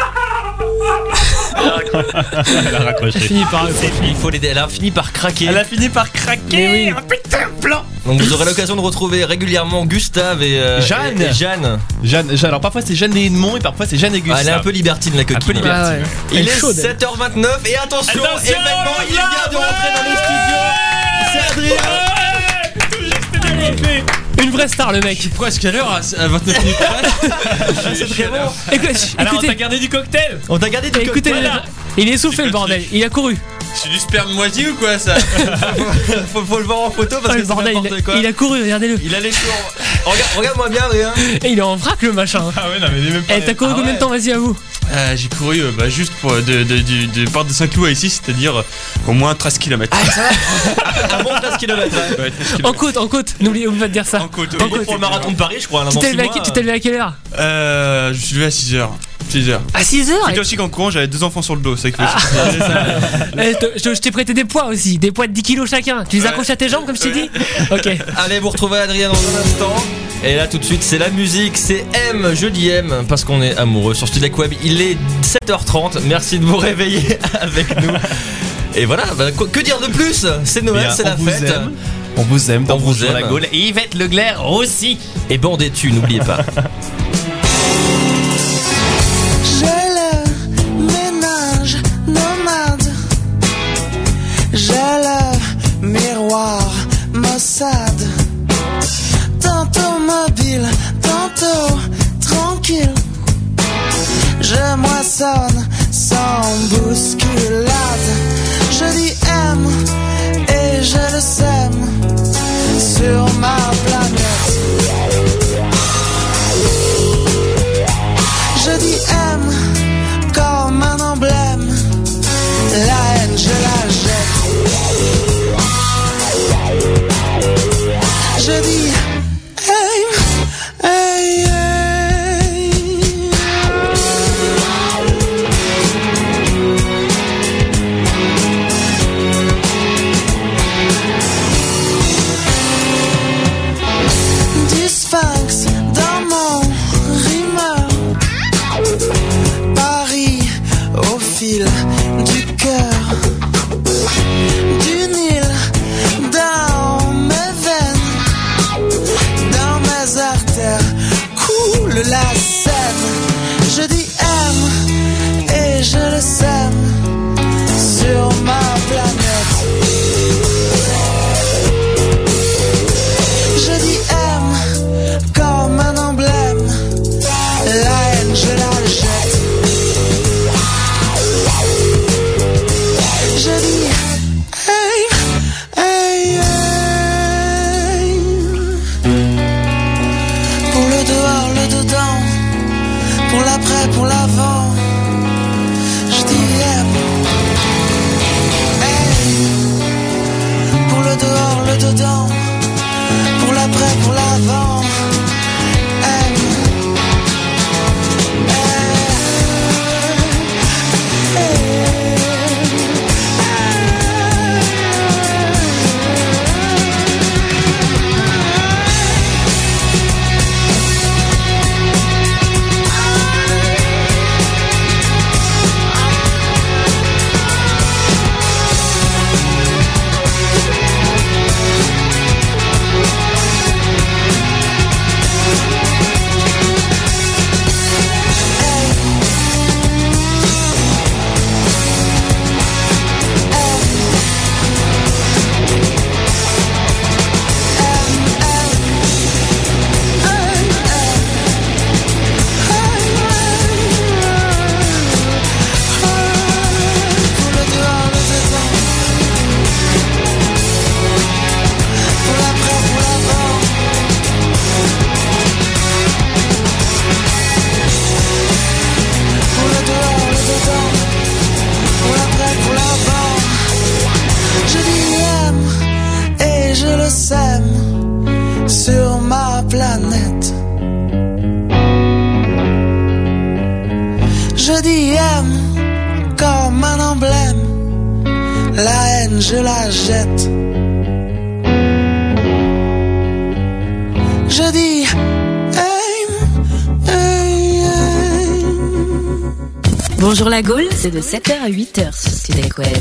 Elle a raccroché. Il faut l'aider. Elle a fini par craquer. Elle a fini par craquer. Un putain de plan. Donc vous aurez l'occasion de retrouver régulièrement Gustave et Jeanne. et Jeanne. Jeanne. Alors parfois c'est Jeanne et Edmond et parfois c'est Jeanne et Gustave. Elle est un peu libertine la coquine. Un peu libertine. Ah ouais. Il Elle est est chaude, elle. 7h29 et attention, Attention, événement, il vient de rentrer dans le studio. C'est Adrien. Une vraie star, le mec. Pourquoi est-ce quelle heure à 29 minutes C'est très bon. Alors on Écoutez, t'a gardé du cocktail. On t'a gardé du écoutez, cocktail. il est essoufflé le bordel. Il a couru. C'est du sperme moisi ou quoi ça? faut le voir en photo parce Oh, que le c'est bordel, n'importe quoi. il a couru, regardez-le. Il a les cheveux. Regarde-moi bien, Adrien. Et il est en vrac, le machin. Ah ouais, non mais même pas. Eh, t'as couru Ah combien ouais. de temps? Vas-y, à vous. J'ai couru juste pour de Porte de Saint-Cloud à ici, c'est-à-dire au moins 13 km. Ah, ça va. Un bon 13 km. Ouais, 13 En côte, n'oubliez pas de dire ça. En côte, Pour le marathon de Paris, je crois. Tu t'es levé à quelle heure? Je me suis levé à 6h. 6h. À 6h? C'était aussi qu'en courant, j'avais 2 enfants sur le dos. C'est ça. Je t'ai prêté des poids aussi, des poids de 10 kilos chacun. Tu les accroches à tes jambes comme je t'ai dit? Ok. Allez, vous retrouvez Adrien dans un instant. Et là tout de suite c'est la musique, c'est M, jeudi M, parce qu'on est amoureux sur Studek Web. Il est 7h30, merci de vous réveiller avec nous. Et voilà, que dire de plus? C'est Noël, c'est la fête. On vous aime dans Bonjour la Gaule. Et Yvette Leclerc aussi. Et bande d'étus, n'oubliez pas. J'ai le ménage nomade. J'ai le miroir maussade. Tantôt mobile, tantôt tranquille. Je moissonne sans bousculade. Je dis M et je le sème sur ma planète. Je dis M comme un emblème. La haine, je la jette. Je dis hey, hey, hey. Du sphinx dans mon rimeur. Paris au fil du cœur. Du Nil dans mes veines. Dans mes artères coule la Seine. Je dis M et je le sème sur ma planète. Je dis M comme un emblème. La haine, je la jette. Je dis hey, hey, hey. Pour le dehors, le dedans. Pour l'après, pour l'avant. Je dis M. Hey. Pour le dehors, le dedans. Pour l'après, pour l'avant. M. Sur ma planète. Je dis M comme un emblème. La haine, je la jette. Je dis Bonjour la Gaule, c'est de 7h à 8h sur Studek Web.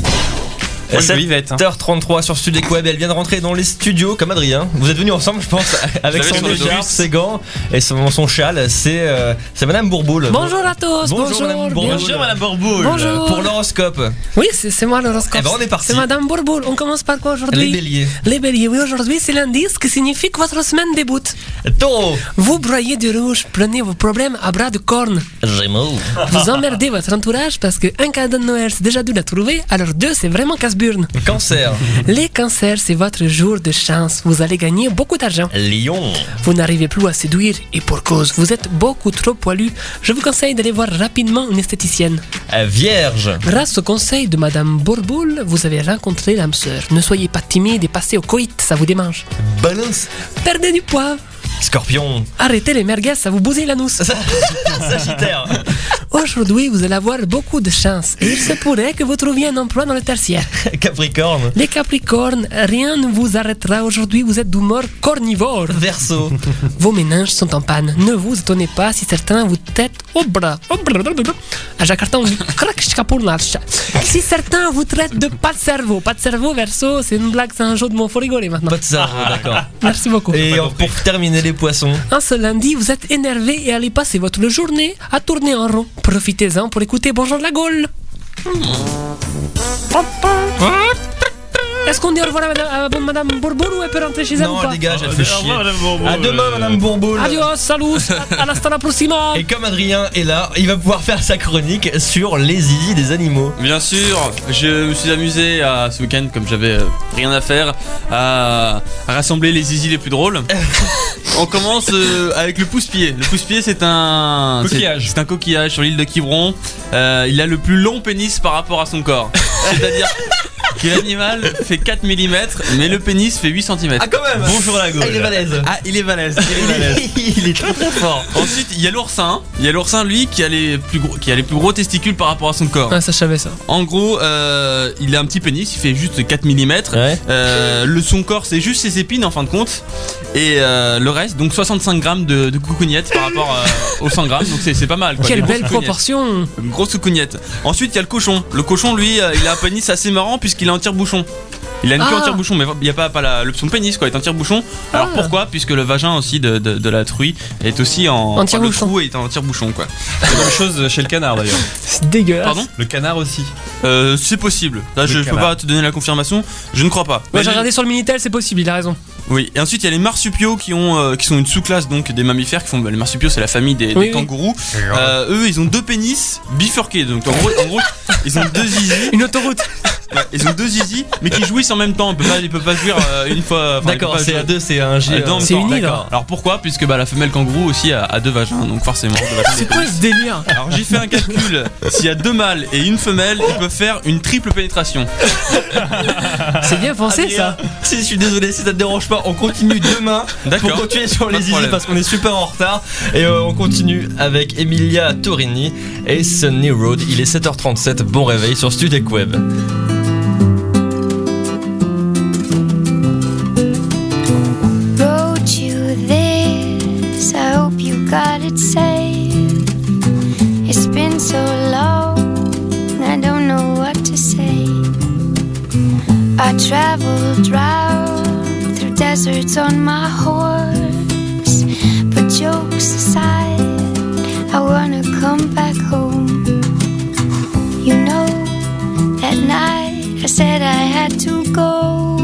7h33 sur Studek Web. Elle vient de rentrer dans les studios comme Adrien. Vous êtes venus ensemble, je pense, avec son écharpe, ses gants et son châle. C'est Madame Bourboule. Bonjour à tous. Bonjour Madame Bourboule. Bonjour Madame Bourboule. Bonjour. Pour l'horoscope. Oui, c'est moi l'horoscope. Eh ben on est parti. C'est Madame Bourboule. On commence par quoi aujourd'hui? Les béliers. Les béliers, oui, aujourd'hui c'est lundi, ce qui signifie que votre semaine débute. Taureau. Vous broyez du rouge, prenez vos problèmes à bras de corne. Gémeaux. Vous emmerdez votre entourage parce qu'un cadeau de Noël c'est déjà dur à trouver, alors 2 c'est vraiment casse-burne. Cancer. Les cancers, c'est votre jour de chance. Vous allez gagner beaucoup d'argent. Lion. Vous n'arrivez plus à séduire et pour cause, vous êtes beaucoup trop poilu. Je vous conseille d'aller voir rapidement une esthéticienne. Vierge. Grâce au conseil de Madame Bourboule, vous avez rencontré l'âme sœur. Ne soyez pas timide et passez au coït, ça vous démange. Balance. Perdez du poids. Scorpion. Arrêtez les merguez, ça vous bousille la nousse. Sagittaire. Aujourd'hui, vous allez avoir beaucoup de chance et il se pourrait que vous trouviez un emploi dans le tertiaire. Capricorne. Les Capricornes, rien ne vous arrêtera aujourd'hui, vous êtes d'humeur cornivore. Verseau. Vos méninges sont en panne. Ne vous étonnez pas si certains vous traitent au bras. Si certains vous traitent de pas de cerveau. Pas de cerveau, Verseau, c'est une blague, c'est un jeu de mots, faut rigoler maintenant. Pas de cerveau, d'accord. Merci beaucoup. Et pour terminer les poissons. Un ce lundi, vous êtes énervé et allez passer votre journée à tourner en rond. Profitez-en pour écouter Bonjour de la Gaule. Est-ce qu'on dit au revoir à Madame Bourboule ou elle peut rentrer chez elle ou pas? Non, les gars, elle fait chier. À demain, Madame Bourboule. Adios, salut, à la prossima. Et comme Adrien est là, il va pouvoir faire sa chronique sur les zizi des animaux. Bien sûr, je me suis amusé ce week-end, comme j'avais rien à faire, à rassembler les zizi les plus drôles. On commence avec le pousse-pied. Le pousse-pied, c'est un coquillage. C'est un coquillage sur l'île de Quiberon. Il a le plus long pénis par rapport à son corps. C'est-à-dire que l'animal fait 4 mm, mais le pénis fait 8 cm. Ah, quand même. Bonjour la Gaule. Ah, il est balèze. Ah, il est balèze. Il est très très fort. Ensuite, il y a l'oursin. Il y a l'oursin, lui, qui a les plus gros testicules par rapport à son corps. Ah, ça je savais ça. En gros, il a un petit pénis, il fait juste 4 mm. Ouais. Son corps, c'est juste ses épines en fin de compte. Et le reste, donc 65 grammes de coucougnettes par rapport aux 100 grammes. Donc c'est pas mal, quoi. Quelle belle proportion. Une grosse coucognette. Ensuite, il y a le cochon. Le cochon, lui, il a un pénis assez marrant puisqu'il a un tire-bouchon. Il a une queue en tire-bouchon, mais il n'y a pas son pénis, quoi, il est en tire-bouchon. Alors pourquoi? Puisque le vagin aussi de la truie est aussi en tire-bouchon. Le trou est en tire-bouchon, quoi. C'est la même chose chez le canard d'ailleurs. C'est dégueulasse. Pardon? Le canard aussi. C'est possible. Là, je peux pas te donner la confirmation. Je ne crois pas. Moi, j'ai regardé sur le Minitel, c'est possible, il a raison. Oui, et ensuite il y a les marsupiaux qui sont une sous-classe donc des mammifères qui font les marsupiaux, c'est la famille des kangourous. Eux, ils ont 2 pénis bifurqués. Donc en gros, ils ont 2 zizi. Une autoroute. Ouais, ils ont 2 zizi mais qui jouissent en même temps. Ils peuvent pas jouir une fois. D'accord, c'est à 2, c'est un G. C'est une île. Alors pourquoi? Puisque la femelle kangourou aussi a 2 vagins, donc forcément. C'est quoi ce délire? Alors j'ai fait un calcul. S'il y a 2 mâles et une femelle, ils peuvent faire une triple pénétration. C'est bien pensé ça. Si je suis désolé, si ça te dérange pas, on continue demain. D'accord. Pour continuer sur les zizi parce qu'on est super en retard. Et on continue avec Emilia Torini et Sunny Road. Il est 7h37. Bon réveil sur Studek Web. Wrote you this, I hope you got it safe. It's been so long, I don't know what to say. I traveled round through deserts on my horse, but jokes aside, I wanna come back home. You know, that night I said I had to go.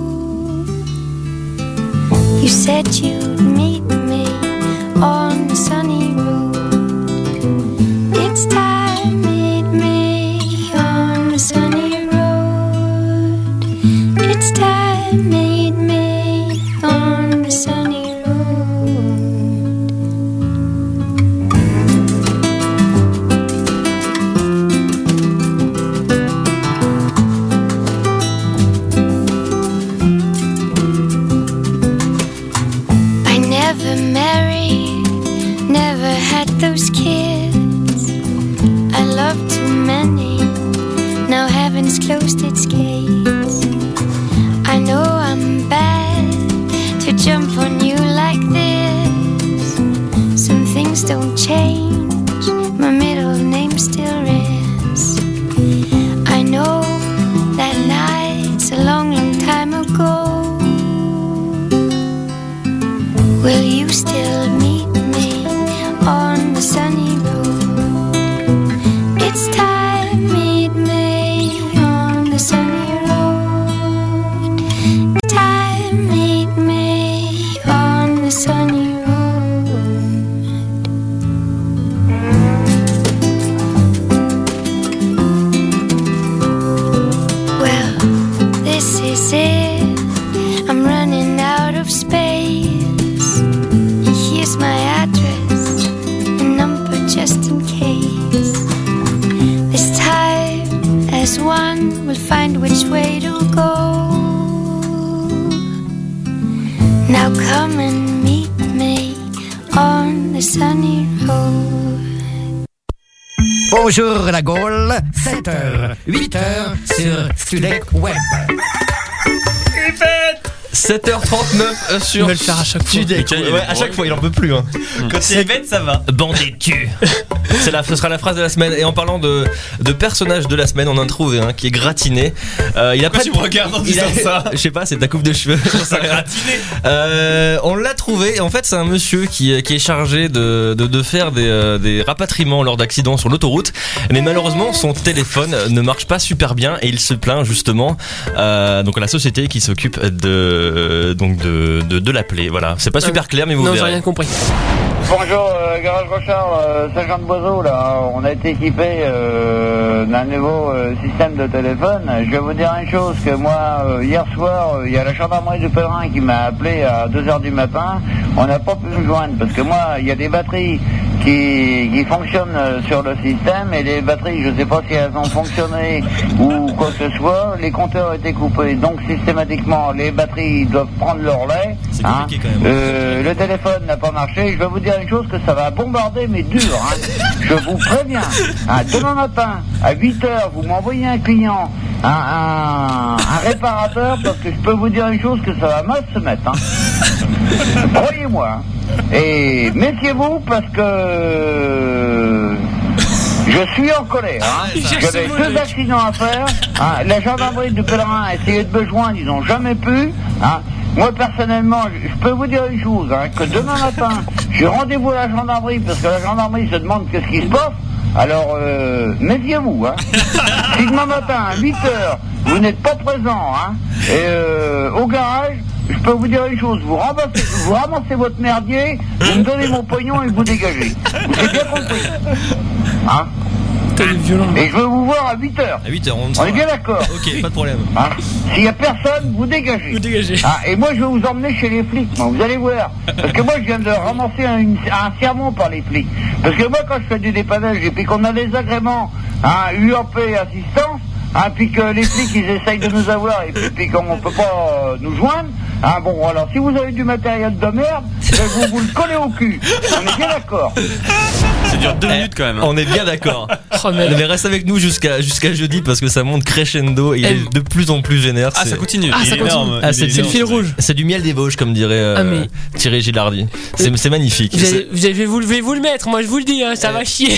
You said you'd meet me on the sunny road. It's time, meet me on the sunny road. It's time, meet me on the sunny road. I never married, never had those kids. I loved too many, now heaven's closed its gates. I know I'm bad to jump on you like this. Some things don't change, my middle name still is. I know that night's a long, long time ago. Will you still meet me on the sunny road? It's time, meet me on the sunny road. It's time, meet me on the sunny road. sunny road. Bonjour la Gaule, 7h, 8h sur Studek Web. 7h39 sur Il va le faire à chaque fois. Studek. Ouais, à chaque fois, il en peut plus. Hein. Quand c'est Yvette, ça va. Bandé tu. Ce sera la phrase de la semaine. Et en parlant de personnages de la semaine, on en a trouvé un qui est gratiné. Il a pas. Tu me regardes en disant ça. Je sais pas, c'est ta coupe de cheveux. Gratiné. On l'a trouvé. Et en fait, c'est un monsieur qui est chargé de faire des rapatriements lors d'accidents sur l'autoroute. Mais malheureusement, son téléphone ne marche pas super bien et il se plaint justement. Donc à la société qui s'occupe de l'appeler. Voilà, c'est pas super clair, mais vous verrez. Non, j'ai rien compris. Bonjour, Garage Rochard, Sergent de Boiseau, là, on a été équipé d'un nouveau système de téléphone. Je vais vous dire une chose, que moi, hier soir, il y a la gendarmerie de Pèlerin qui m'a appelé à 2h du matin. On n'a pas pu me joindre, parce que moi, il y a des batteries qui fonctionnent sur le système, et les batteries, je ne sais pas si elles ont fonctionné ou quoi que ce soit, les compteurs étaient coupés. Donc, systématiquement, les batteries doivent prendre leur lait. C'est compliqué quand même. Le téléphone n'a pas marché. Je vais vous dire une chose, que ça va bombarder, mais dur. Hein. Je vous préviens. Demain matin, à 8h, vous m'envoyez un client, un réparateur, parce que je peux vous dire une chose, que ça va mal se mettre. Hein. Croyez-moi. Hein. Et méfiez-vous, parce que je suis en colère. Hein. J'avais 2 accidents à faire. Hein. La gendarmerie de Pèlerin a essayé de me joindre, ils n'ont jamais pu. Hein. Moi, personnellement, je peux vous dire une chose, hein, que demain matin, j'ai rendez-vous à la gendarmerie, parce que la gendarmerie se demande qu'est-ce qui se passe. Alors, méfiez-vous. Hein. Si demain matin, à 8h, vous n'êtes pas présent, hein, et au garage, je peux vous dire une chose, vous ramassez votre merdier, vous me donnez mon pognon et vous dégagez. Vous avez bien compris. Hein? Et je veux vous voir à 8h. À 8h, on est bien d'accord. Ok, pas de problème. Hein? S'il n'y a personne, vous dégagez. Vous dégagez. Et moi, je vais vous emmener chez les flics. Vous allez voir. Parce que moi, je viens de ramasser un sermon par les flics. Parce que moi, quand je fais du dépannage et puis qu'on a des agréments, UAP assistance, puis que les flics, ils essayent de nous avoir et puis qu'on ne peut pas nous joindre, bon, alors, si vous avez du matériel de merde, vous le collez au cul. On est bien d'accord. Ça dure 2 minutes quand même. On est bien d'accord. Mais reste avec nous jusqu'à jeudi parce que ça monte crescendo et il est de plus en plus vénère. Ah, ça continue. Ça continue. C'est le fil rouge. C'est du miel des Vosges, comme dirait Thierry Gilardi. C'est magnifique. Vous allez vous le mettre, moi je vous le dis, hein, ça va chier.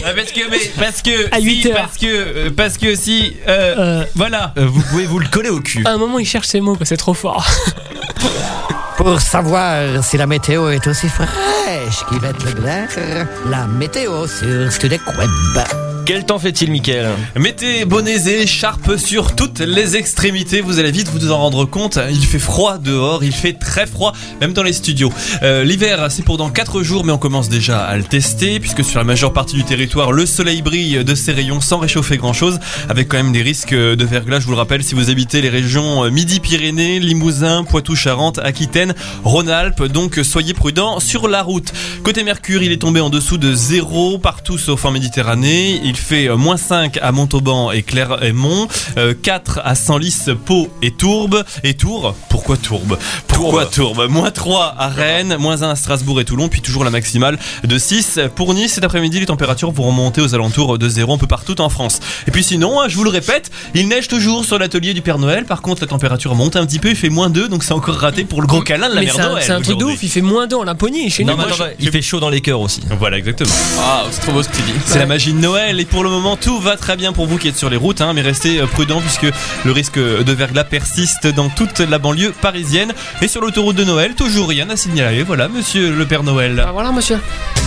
Parce que si voilà. Vous pouvez vous le coller au cul. À un moment, il cherche ses mots, c'est trop fort. Pour savoir si la météo est aussi fraîche qu'Yvette Leclerc, la météo sur Studek Web. Quel temps fait-il, Mickaël ? Mettez bonnets et écharpes sur toutes les extrémités, vous allez vite vous en rendre compte. Il fait froid dehors, il fait très froid, même dans les studios. L'hiver, c'est pour dans 4 jours, mais on commence déjà à le tester, puisque sur la majeure partie du territoire, le soleil brille de ses rayons sans réchauffer grand-chose, avec quand même des risques de verglas. Je vous le rappelle, si vous habitez les régions Midi-Pyrénées, Limousin, Poitou-Charentes, Aquitaine, Rhône-Alpes, donc soyez prudents sur la route. Côté Mercure, il est tombé en dessous de 0 partout sauf en Méditerranée. Il fait -5 à Montauban et Clermont, 4 à Senlis, Pau et Tours. Pourquoi Tourbe ? -3 à Rennes, -1 à Strasbourg et Toulon, puis toujours la maximale de 6 pour Nice. Cet après-midi, les températures vont remonter aux alentours de 0 un peu partout en France. Et puis sinon, je vous le répète, il neige toujours sur l'atelier du Père Noël. Par contre, la température monte un petit peu, il fait -2, donc c'est encore raté pour le gros câlin de la Mère Noël. C'est un truc de ouf, il fait -2 en Laponie chez nous. Il fait chaud dans les cœurs aussi. Voilà, exactement. Ah, c'est trop beau ce que tu dis. C'est la magie de Noël. Et pour le moment, tout va très bien pour vous qui êtes sur les routes, mais restez prudents puisque le risque de verglas persiste dans toute la banlieue parisienne. Et sur l'autoroute de Noël, toujours rien à signaler. Voilà, monsieur le Père Noël. Voilà, monsieur.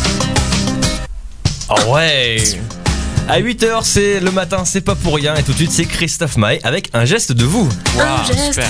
Oh ouais. À 8h, c'est le matin, c'est pas pour rien. Et tout de suite, c'est Christophe Maé avec un geste de vous. Wow, super.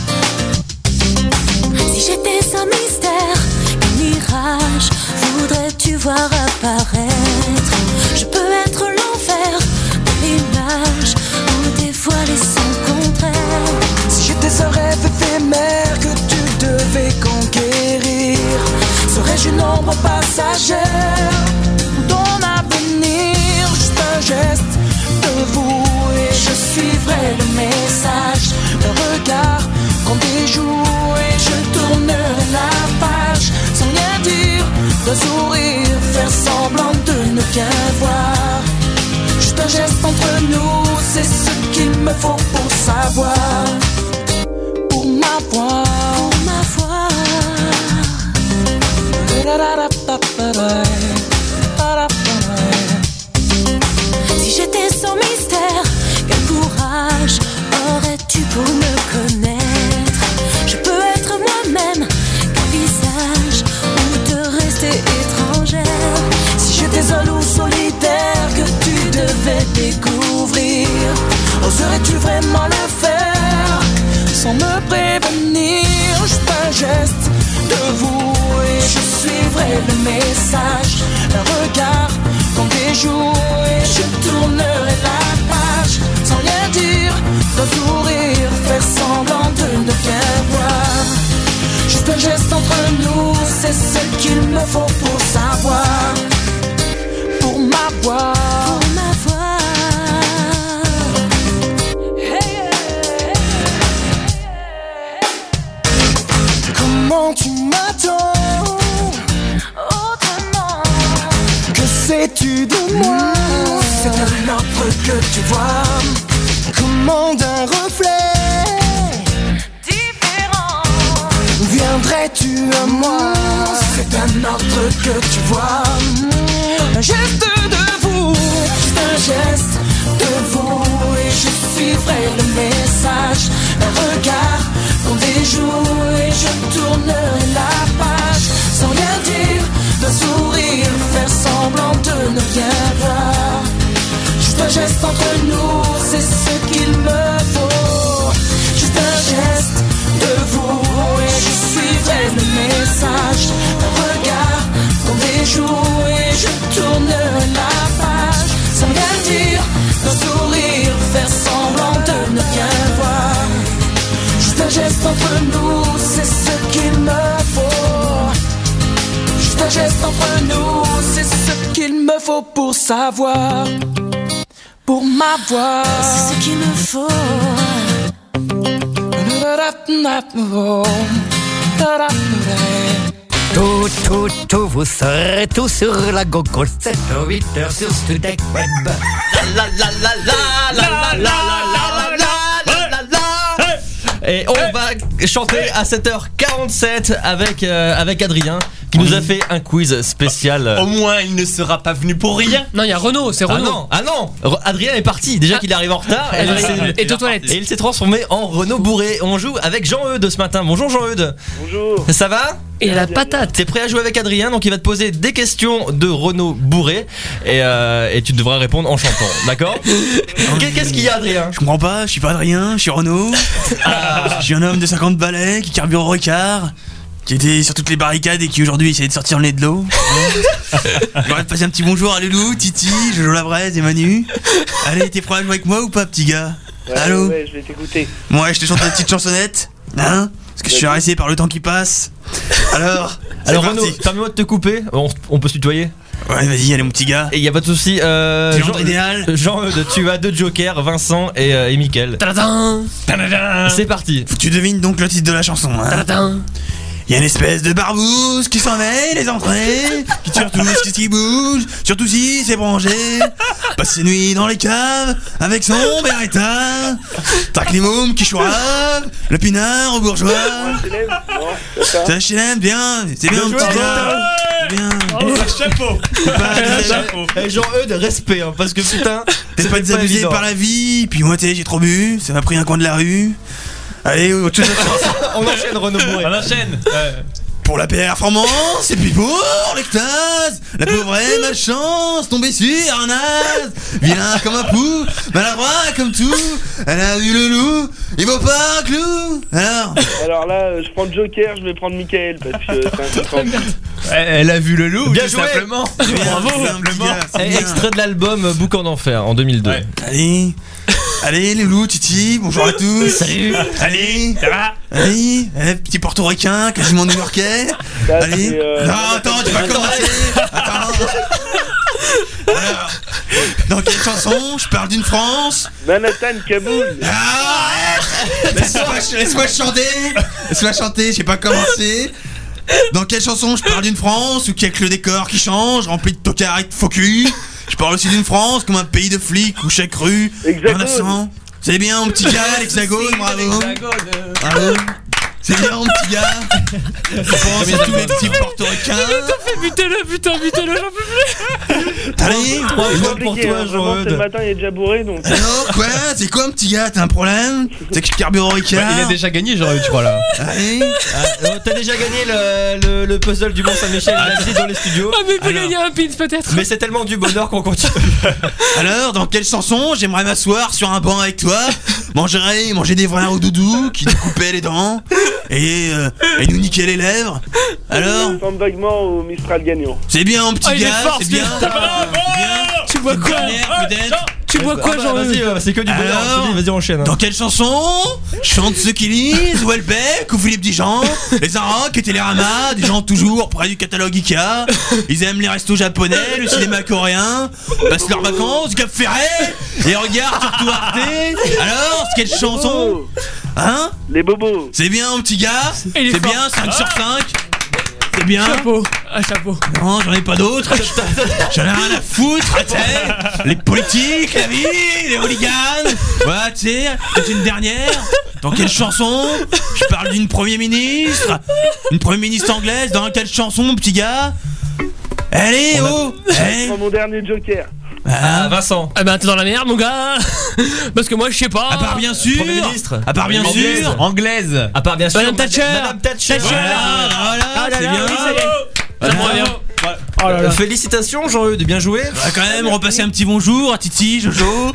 Si j'étais un mystère, un mirage, voudrais-tu voir apparaître? Je peux être l'enfer, l'image, ou dévoiler son contraire. Si j'étais un rêve éphémère que tu devais conquérir, serais-je une ombre passagère ou ton avenir? Juste un geste de vous et je suivrai le message. Le regard quand des jours et je tournerai la page sans rien dire, d'un sourire fait faire semblant de ne rien voir. Juste un geste entre nous, c'est ce qu'il me faut pour savoir. Pour m'avoir, pour m'avoir. Si j'étais sans mystère, quel courage aurais-tu pour me connaître? Je peux être moi-même, qu'un visage, ou de rester étrangère. Si j'étais seul ou solitaire, que tu devais découvrir, oserais-tu vraiment le faire sans me prévenir? Juste un geste de vous et je suivrai le message. Un regard comme des jours et je tournerai la page sans rien dire, d'un sourire, faire semblant de ne rien voir. Juste un geste entre nous, c'est ce qu'il me faut pour savoir. Pour m'avoir, pour m'avoir. Comment tu m'attends autrement? Que sais-tu de moi? C'est un autre que tu vois, comment d'un reflet différent viendrais-tu à moi? C'est un autre que tu vois, un geste de vous, juste un geste de vous et je suivrai le message. Un regard comme des jours et je tournerai la page sans rien dire, d'un sourire, faire semblant de ne rien voir. Juste un geste entre nous, c'est ce qu'il me faut. Juste un geste de vous et je suivrai le message. Un regard comme des jours et je tournerai la page sans rien dire, d'un sourire, faire semblant de ne rien voir. Juste un geste entre nous, c'est ce qu'il me faut. Juste un geste entre nous, c'est ce qu'il me faut pour savoir. Pour m'avoir, c'est ce qu'il me faut. Tout, vous serez tous sur la Gogol 7 ou 8 heures sur Studek Web. La la la la la la la la la la la. Et on va chanter à 7h47 avec Adrien qui nous a fait un quiz spécial. Au moins il ne sera pas venu pour rien. Non, il y a Renaud, c'est Renaud. Ah non, Adrien est parti, déjà qu'il arrive en retard. Et aux toilettes. Et il s'est transformé en Renaud bourré. On joue avec Jean-Eudes ce matin. Bonjour Jean-Eudes. Bonjour. Ça va? Et la patate. T'es prêt à jouer avec Adrien, donc il va te poser des questions de Renaud bourré et tu devras répondre en chantant, d'accord? Qu'est-ce qu'il y a Adrien? Je comprends pas, je suis pas Adrien, je suis Renaud. Je suis un homme de 50 balais qui carbure au Ricard, qui était sur toutes les barricades et qui aujourd'hui essaie de sortir le nez de l'eau. J'aurais passer un petit bonjour à Loulou, Titi, Jojo la Braise et Manu. Allez, t'es prêt à jouer avec moi ou pas, petit gars? Allô? Ouais, je vais t'écouter. Moi, je te chante une petite chansonnette, hein? Parce que je suis harassé par le temps qui passe. Alors Renaud, permets-moi de te couper. On peut se tutoyer? Ouais, vas-y, allez mon petit gars. Et y a pas de souci. Jean idéal. Jean-Eudes, tu as deux jokers, Vincent et Mickaël. C'est parti. Tu devines donc le titre de la chanson, hein? Il y a une espèce de barbouze qui s'en met les entrées, qui tire tout ce qui bouge, surtout si c'est branché. Passe ses nuits dans les caves avec son Beretta. Traque les mômes qui choivent, le pinard au bourgeois. C'est HLM, bien, c'est bien mon petit gars. C'est bien. Chapeau. Jean-Eudes, respect, hein, parce que putain, t'es pas désabusé par la vie, puis moi j'ai trop bu, ça m'a pris un coin de la rue. Allez, autre chose. On enchaîne Renaud bourré. On enchaîne. Pour la performance, et puis pour l'extase, la pauvre est malchance, tombée sur un as, vilain comme un pou, maladroit comme tout, elle a vu le loup, il vaut pas un clou. Alors là, je prends le Joker, je vais prendre Mickaël parce que c'est un content. Elle a vu le loup, bien tout joué. simplement. Bravo, simplement. Extrait de l'album Boucan d'enfer en 2002. Ouais. Allez, les loups, Titi, bonjour à tous. Salut. Allez, ça va? Allez, petit portoricain, quasiment new-yorkais. Allez. Non, attends, tu vas commencer. Attends. Alors, dans quelle chanson je parle d'une France? Manhattan, Kaboul. Laisse-moi chanter. Laisse-moi chanter, j'ai pas commencé. Dans quelle chanson je parle d'une France où il y a que le décor qui change, rempli de tocards et de faux culs. Je parle aussi d'une France comme un pays de flics où chaque rue en a 100. C'est bien mon petit gars, l'Hexagone, bravo. Bravo. C'est bien mon petit gars. Je pense à tous les petits portoricains. Butez-le, putain, butez-le, j'en peux plus. Allez, 3 points pour toi, Ce Jean-Eudes. matin, il est déjà bourré, donc. Alors quoi? C'est quoi mon petit gars? T'as un problème? C'est que je carbure au Ricard. Il a déjà gagné, Jean-Eudes, je crois là. Allez. T'as déjà gagné le puzzle du Mont-Saint-Michel dans les studios. Ah, mais il peut gagner un pins peut-être. Mais c'est tellement du bonheur qu'on continue. Alors, dans quelle chanson j'aimerais m'asseoir sur un banc avec toi, manger des vraies au doudou qui nous coupaient les dents et nous niquaient les lèvres. Alors, Je ressemble vaguement au Mistral gagnant. c'est bien mon petit Ah, il est gars, fort, c'est ce bien. Tu bois quoi? Peut-être. Tu bois quoi, Vas-y, Jean-Eudes? c'est que du bonheur. Alors, Vas-y, enchaîne. Dans quelle chanson chantent ceux qui lisent Houellebecq ou Philippe Dijon, les Arocs et Télérama, des gens toujours près du catalogue Ikea. Ils aiment les restos japonais, le cinéma coréen, passent leurs vacances du Cap Ferret et regardent surtout Arte. Alors, quelle chanson? Hein? Les bobos. C'est bien mon petit gars, Il est c'est fort. bien, 5 sur 5. C'est bien. Chapeau. Ah, chapeau. Non, j'en ai pas d'autres. J'en ai rien à foutre, tu sais. Les politiques, la vie, les hooligans. Voilà, tu sais, c'est une dernière. Dans quelle chanson je parle d'une Premier ministre? Une Premier ministre anglaise. Dans quelle chanson, mon petit gars? Allez, oh. Hey. Dans mon dernier joker. Ah, Vincent. Ah bah t'es dans la merde mon gars. Parce que moi je sais pas. À part bien sûr. Premier ministre. À part bien Anglaise. sûr. Anglaise. À part bien sûr. Madame Thatcher. Madame Thatcher. Voilà, c'est bien. Ça me revient. Oh là là. Félicitations, Jean-Eudes, bien joué. On va quand même repasser un petit bonjour à Titi, Jojo,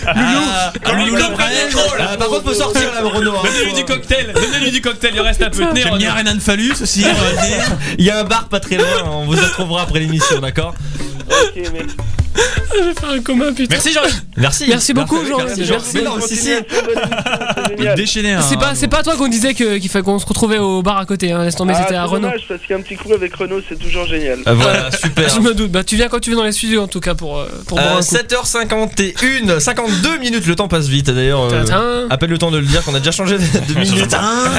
Loulou Par contre, faut sortir là, Renaud. Donnez-lui du cocktail, donnez-lui du cocktail, il reste un peu. Tenez, J'aime bien Renan Phallus aussi, on va le dire. Il y a un bar pas très loin, on vous retrouvera après l'émission, d'accord? Ok, merci. Je vais faire un commun putain. Merci Jean. Merci. Merci beaucoup Jean. Merci. Mais non, si. Déchaîné. C'est pas toi qu'on disait qu'il fallait qu'on se retrouvait au bar à côté. Laisse tomber, c'était à Renault. Dommage parce qu'un petit coup avec Renault c'est toujours génial. Voilà, super. Je me doute. Bah tu viens quand tu veux dans les studios en tout cas pour boire un coup. 7h51, 52 minutes, le temps passe vite d'ailleurs. Appelle le temps de le dire qu'on a déjà changé de minutes.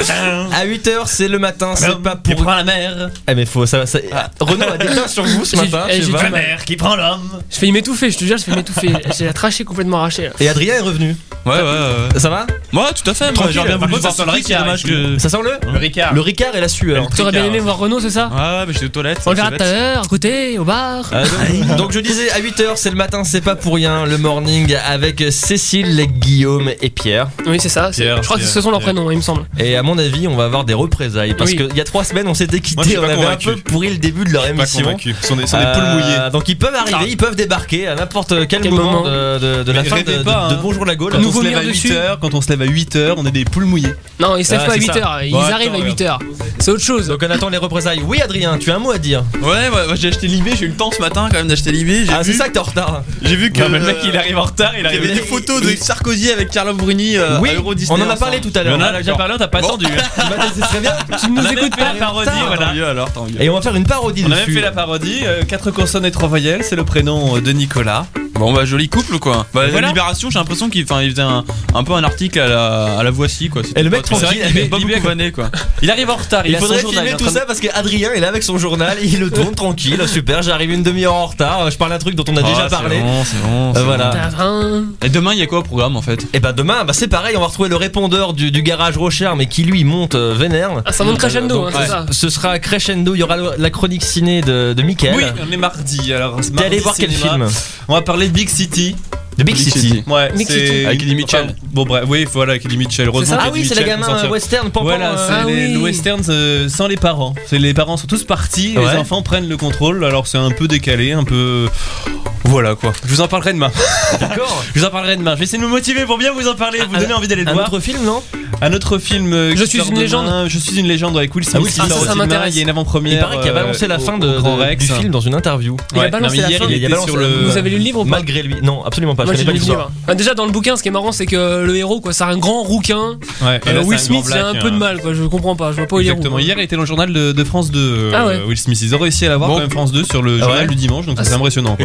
À 8h, c'est le matin, c'est pas pour. Qui prend la mer. Eh mais faut ça. Renaud a des teintes sur vous ce matin. J'ai je sais pas. du mal. Qui prend l'homme. Je fais m'étouffer, je te jure, je fais m'étouffer. J'ai la trachée complètement arrachée. Là. Et Adrien est revenu. Ouais. Ça va? Ouais, tout à fait. Moi, Tranquille. j'aurais bien Par voulu contre, voir sur le Ricard. Dommage que. Ça sent Le Ricard. Le Ricard et la sueur. alors. T'aurais bien aimé voir Renault, c'est ça? Ouais, mais j'étais aux toilettes. On le verra tout à l'heure, à côté, au bar. Donc je disais à 8h, c'est le matin, c'est pas pour rien, le morning avec Cécile, Guillaume et Pierre. Oui, c'est ça. Pierre, je crois que ce sont leurs prénoms, il me semble. Et à mon avis, on va avoir des représailles parce Oui. qu'il y a 3 semaines, on s'était Moi, je quitté, suis on pas avait convaincu. un peu pourri le début de leur Pas émission. convaincu. Ce sont des poules mouillées. Donc ils peuvent arriver, ils peuvent débarquer à n'importe quel moment de la Mais fin rêvez de pas, hein. Bonjour la Gaule. Quand on Nouveau se lève mire à dessus. 8h, quand on se lève à 8h, on est des poules mouillées. Non, ils se lèvent Ah, pas à c'est 8h, ils Ouais, arrivent à attends, 8h. C'est autre chose. Donc on attend les représailles. Oui Adrien, tu as un mot à dire. Ouais, j'ai acheté l'IB, j'ai eu le temps ce matin quand même d'acheter l'IB. Ah c'est ça que t'es en retard. J'ai vu que Non, mais le mec il arrive en retard, il il y arrive. avait des photos de Sarkozy avec Carlo Bruni Oui, à Euro Disney. on en a parlé tout à l'heure. On en a déjà parlé, on t'a pas attendu. C'est très bien. Tu nous écoutes pas. la parodie, voilà. Tant mieux alors, tant mieux. Et on va faire une parodie On a même dessus. fait la parodie. 4 consonnes et 3 voyelles, c'est le prénom de Nicolas. Bon bah joli couple quoi. Bah Voilà. Libération, j'ai l'impression qu'il faisait un peu un article à la Voici quoi. Et le mec c'est vrai tranquille, qu'il est pas Libé- beaucoup vanné quoi. Il arrive en retard, il Il a son faudrait journal. filmer tout ça parce qu'Adrien il est avec son journal, il le tourne tranquille, super, j'arrive une demi-heure en retard, je parle d'un truc dont on a déjà parlé. C'est bon. Voilà. Et demain il y a quoi au programme en fait? Et bah demain, bah c'est pareil, on va retrouver le répondeur du garage Rocher, mais qui lui monte vénère. Ah, ça monte crescendo, Donc, hein, c'est ça. Ce sera crescendo, il y aura la chronique ciné de Mickaël. Oui, on est mardi. Alors T'es allé voir quel film? On va parler de Big City. De Big City. Ouais, Big c'est City. avec Eddie Mitchell. Enfin, Bon bref, oui, voilà, avec Eddie Mitchell. Heureusement ça Ah qu'Eddie oui, c'est la Mitchell peut gamin sortir. western, pampan. Voilà, c'est Ah oui. le western sans les parents. Les parents sont tous partis, Ouais. les enfants prennent le contrôle. Alors c'est un peu décalé, un peu. Voilà quoi. Je vous en parlerai demain. D'accord. Je vous en parlerai demain. Je vais essayer de me motiver pour bien vous en parler, vous donner envie d'aller le Un voir. autre film, non? Un autre film. Je qui suis sort une demain. légende. Je suis une légende avec Will Smith. Ah oui, qui ça, sort ça aussi demain. m'intéresse. Il y a une avant-première. Il paraît qu'il a balancé la fin au Grand du Rex. film dans une interview. Il a Ouais, balancé non, mais la hier, fin. il était balancé sur la- le. Vous avez lu le livre ou pas? Malgré lui. Non, absolument pas. Moi Je j'ai connais lu pas le l'histoire. livre. Déjà dans le bouquin, ce qui est marrant, c'est que le héros, quoi, c'est un grand rouquin. Ouais, et là, Will c'est un Smith, grand c'est un black, peu de mal, quoi. Je comprends pas. Je vois pas où il est. Exactement. Hier, il était dans le journal de France 2. Ah ouais. Will Smith. Ils ont réussi à l'avoir Bon. quand même France 2 sur le Ah journal ouais. du dimanche, donc Ah, c'est impressionnant. Et Quoi. comme on a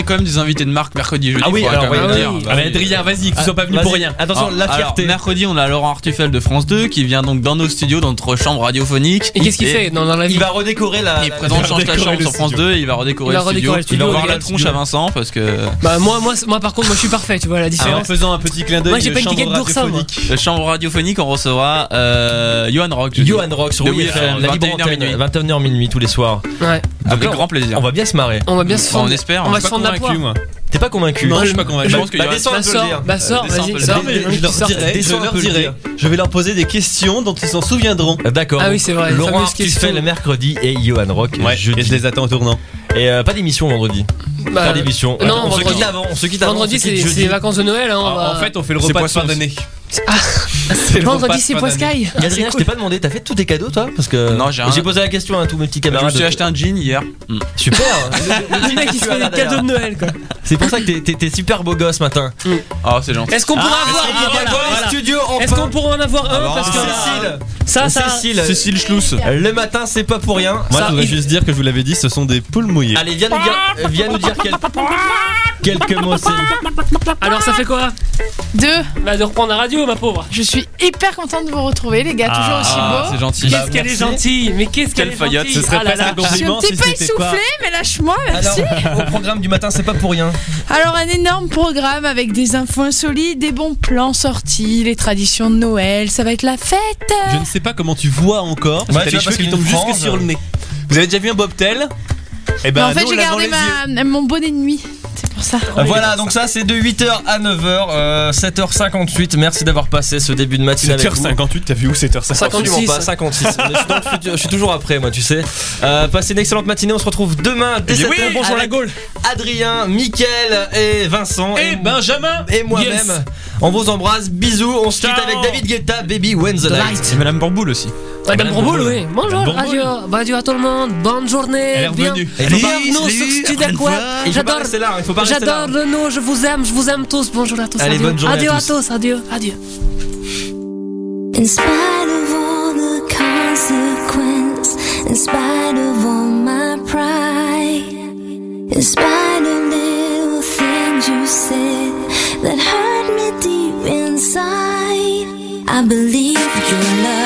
quand même des invités de marque mercredi, jeudi. Ah oui, alors quand même dire. Ah, mais Adrien, vas-y, que tu sois pas venu pour rien. Attention, la fierté. Alors, mercredi, on a Laurent Artufel de France 2 qui vient donc dans nos studios, dans notre chambre radiophonique. Et qu'est-ce qu'il fait dans la vie? Il va redécorer Il présente Change ta chambre sur France 2 et il va redécorer le studio. Il va voir la tronche à Vincent parce que. Bah, moi, par contre, moi je suis parfait, tu vois la différence. En faisant un petit clin d'œil, moi j'ai pas une ticket d'oursin, moi. La chambre radiophonique, on recevra Johan Rock. Johan Rock sur WFM, la libre antenne, 21h minuit tous les soirs. Ouais. Avec grand plaisir. On va bien se marrer. On va bien se fendre. On espère. On va se fendre la poire. T'es pas convaincu? Non, je suis pas convaincu. Je pense que descends un peu le dire. Bah sors, vas-y, sors. Je vais leur poser des questions dont ils s'en souviendront. D'accord. Ah oui, c'est vrai. Laurent Artufel le mercredi et Johan Rock jeudi. Et je les attends au tournant. Et pas d'émission vendredi. Pas d'émission. Non, on se quitte avant. Vendredi, c'est les vacances de Noël. En fait, on fait le repas de fin d'année. Vendredi, c'est Poiscaille. Adrien, je t'ai pas demandé, t'as fait tous tes cadeaux toi? Parce que non, j'ai posé la question à tous mes petits camarades. Je me suis acheté un jean hier. Super. Le mec, il se fait des cadeaux de Noël, quoi. C'est pour ça que t'es super beau gosse matin. Oh, c'est gentil. Est-ce qu'on pourra en avoir un? Parce que Cécile Schluss. Le matin, c'est pas pour rien. Moi, je voudrais juste dire que je vous l'avais dit, ce sont des poules mouillées. Allez, viens nous dire quelques mots. Alors, ça fait quoi? 2. Bah, de reprendre la radio, ma pauvre. Je suis hyper contente de vous retrouver, les gars, toujours aussi beau. C'est gentil. Qu'est-ce qu'elle est gentille. Mais qu'est-ce qu'elle est gentille. Ce serait pas un Je suis un petit peu essoufflée, mais lâche-moi, merci. Alors, au programme du matin, c'est pas pour rien. Alors, un énorme programme avec des infos insolites, des bons plans sortis, les traditions de Noël, ça va être la fête. Je ne sais pas comment tu vois encore, parce que t'as les cheveux qui tombent jusque sur le nez. Vous avez déjà vu un bobtail? Eh ben, en fait, j'ai gardé mon bonnet de nuit. C'est pour ça. Voilà, donc ça c'est de 8h à 9h, 7h58. Merci d'avoir passé ce début de matinée avec vous. 7h58, t'as vu où 7h56? 56, pas 56. Je suis toujours après, moi, tu sais. Passez une excellente matinée. On se retrouve demain dès 7h. Bonjour la Gaule. Adrien, Mickaël et Vincent et Benjamin et moi-même. On vous embrasse. Bisous. On se quitte avec David Guetta, Baby When the Light. Et Madame Bourboule aussi. Madame Bourboule, oui. Bonjour, adieu à tout le monde. Bonne journée. Bienvenue sur Studacquat. J'adore le nom, je vous aime tous. Bonjour à tous. Allez, bonne journée. Adieu à tous. Adieu. In spite of all the consequence, in spite of all my pride, in spite of little things you said that hurt me deep inside, I believe your love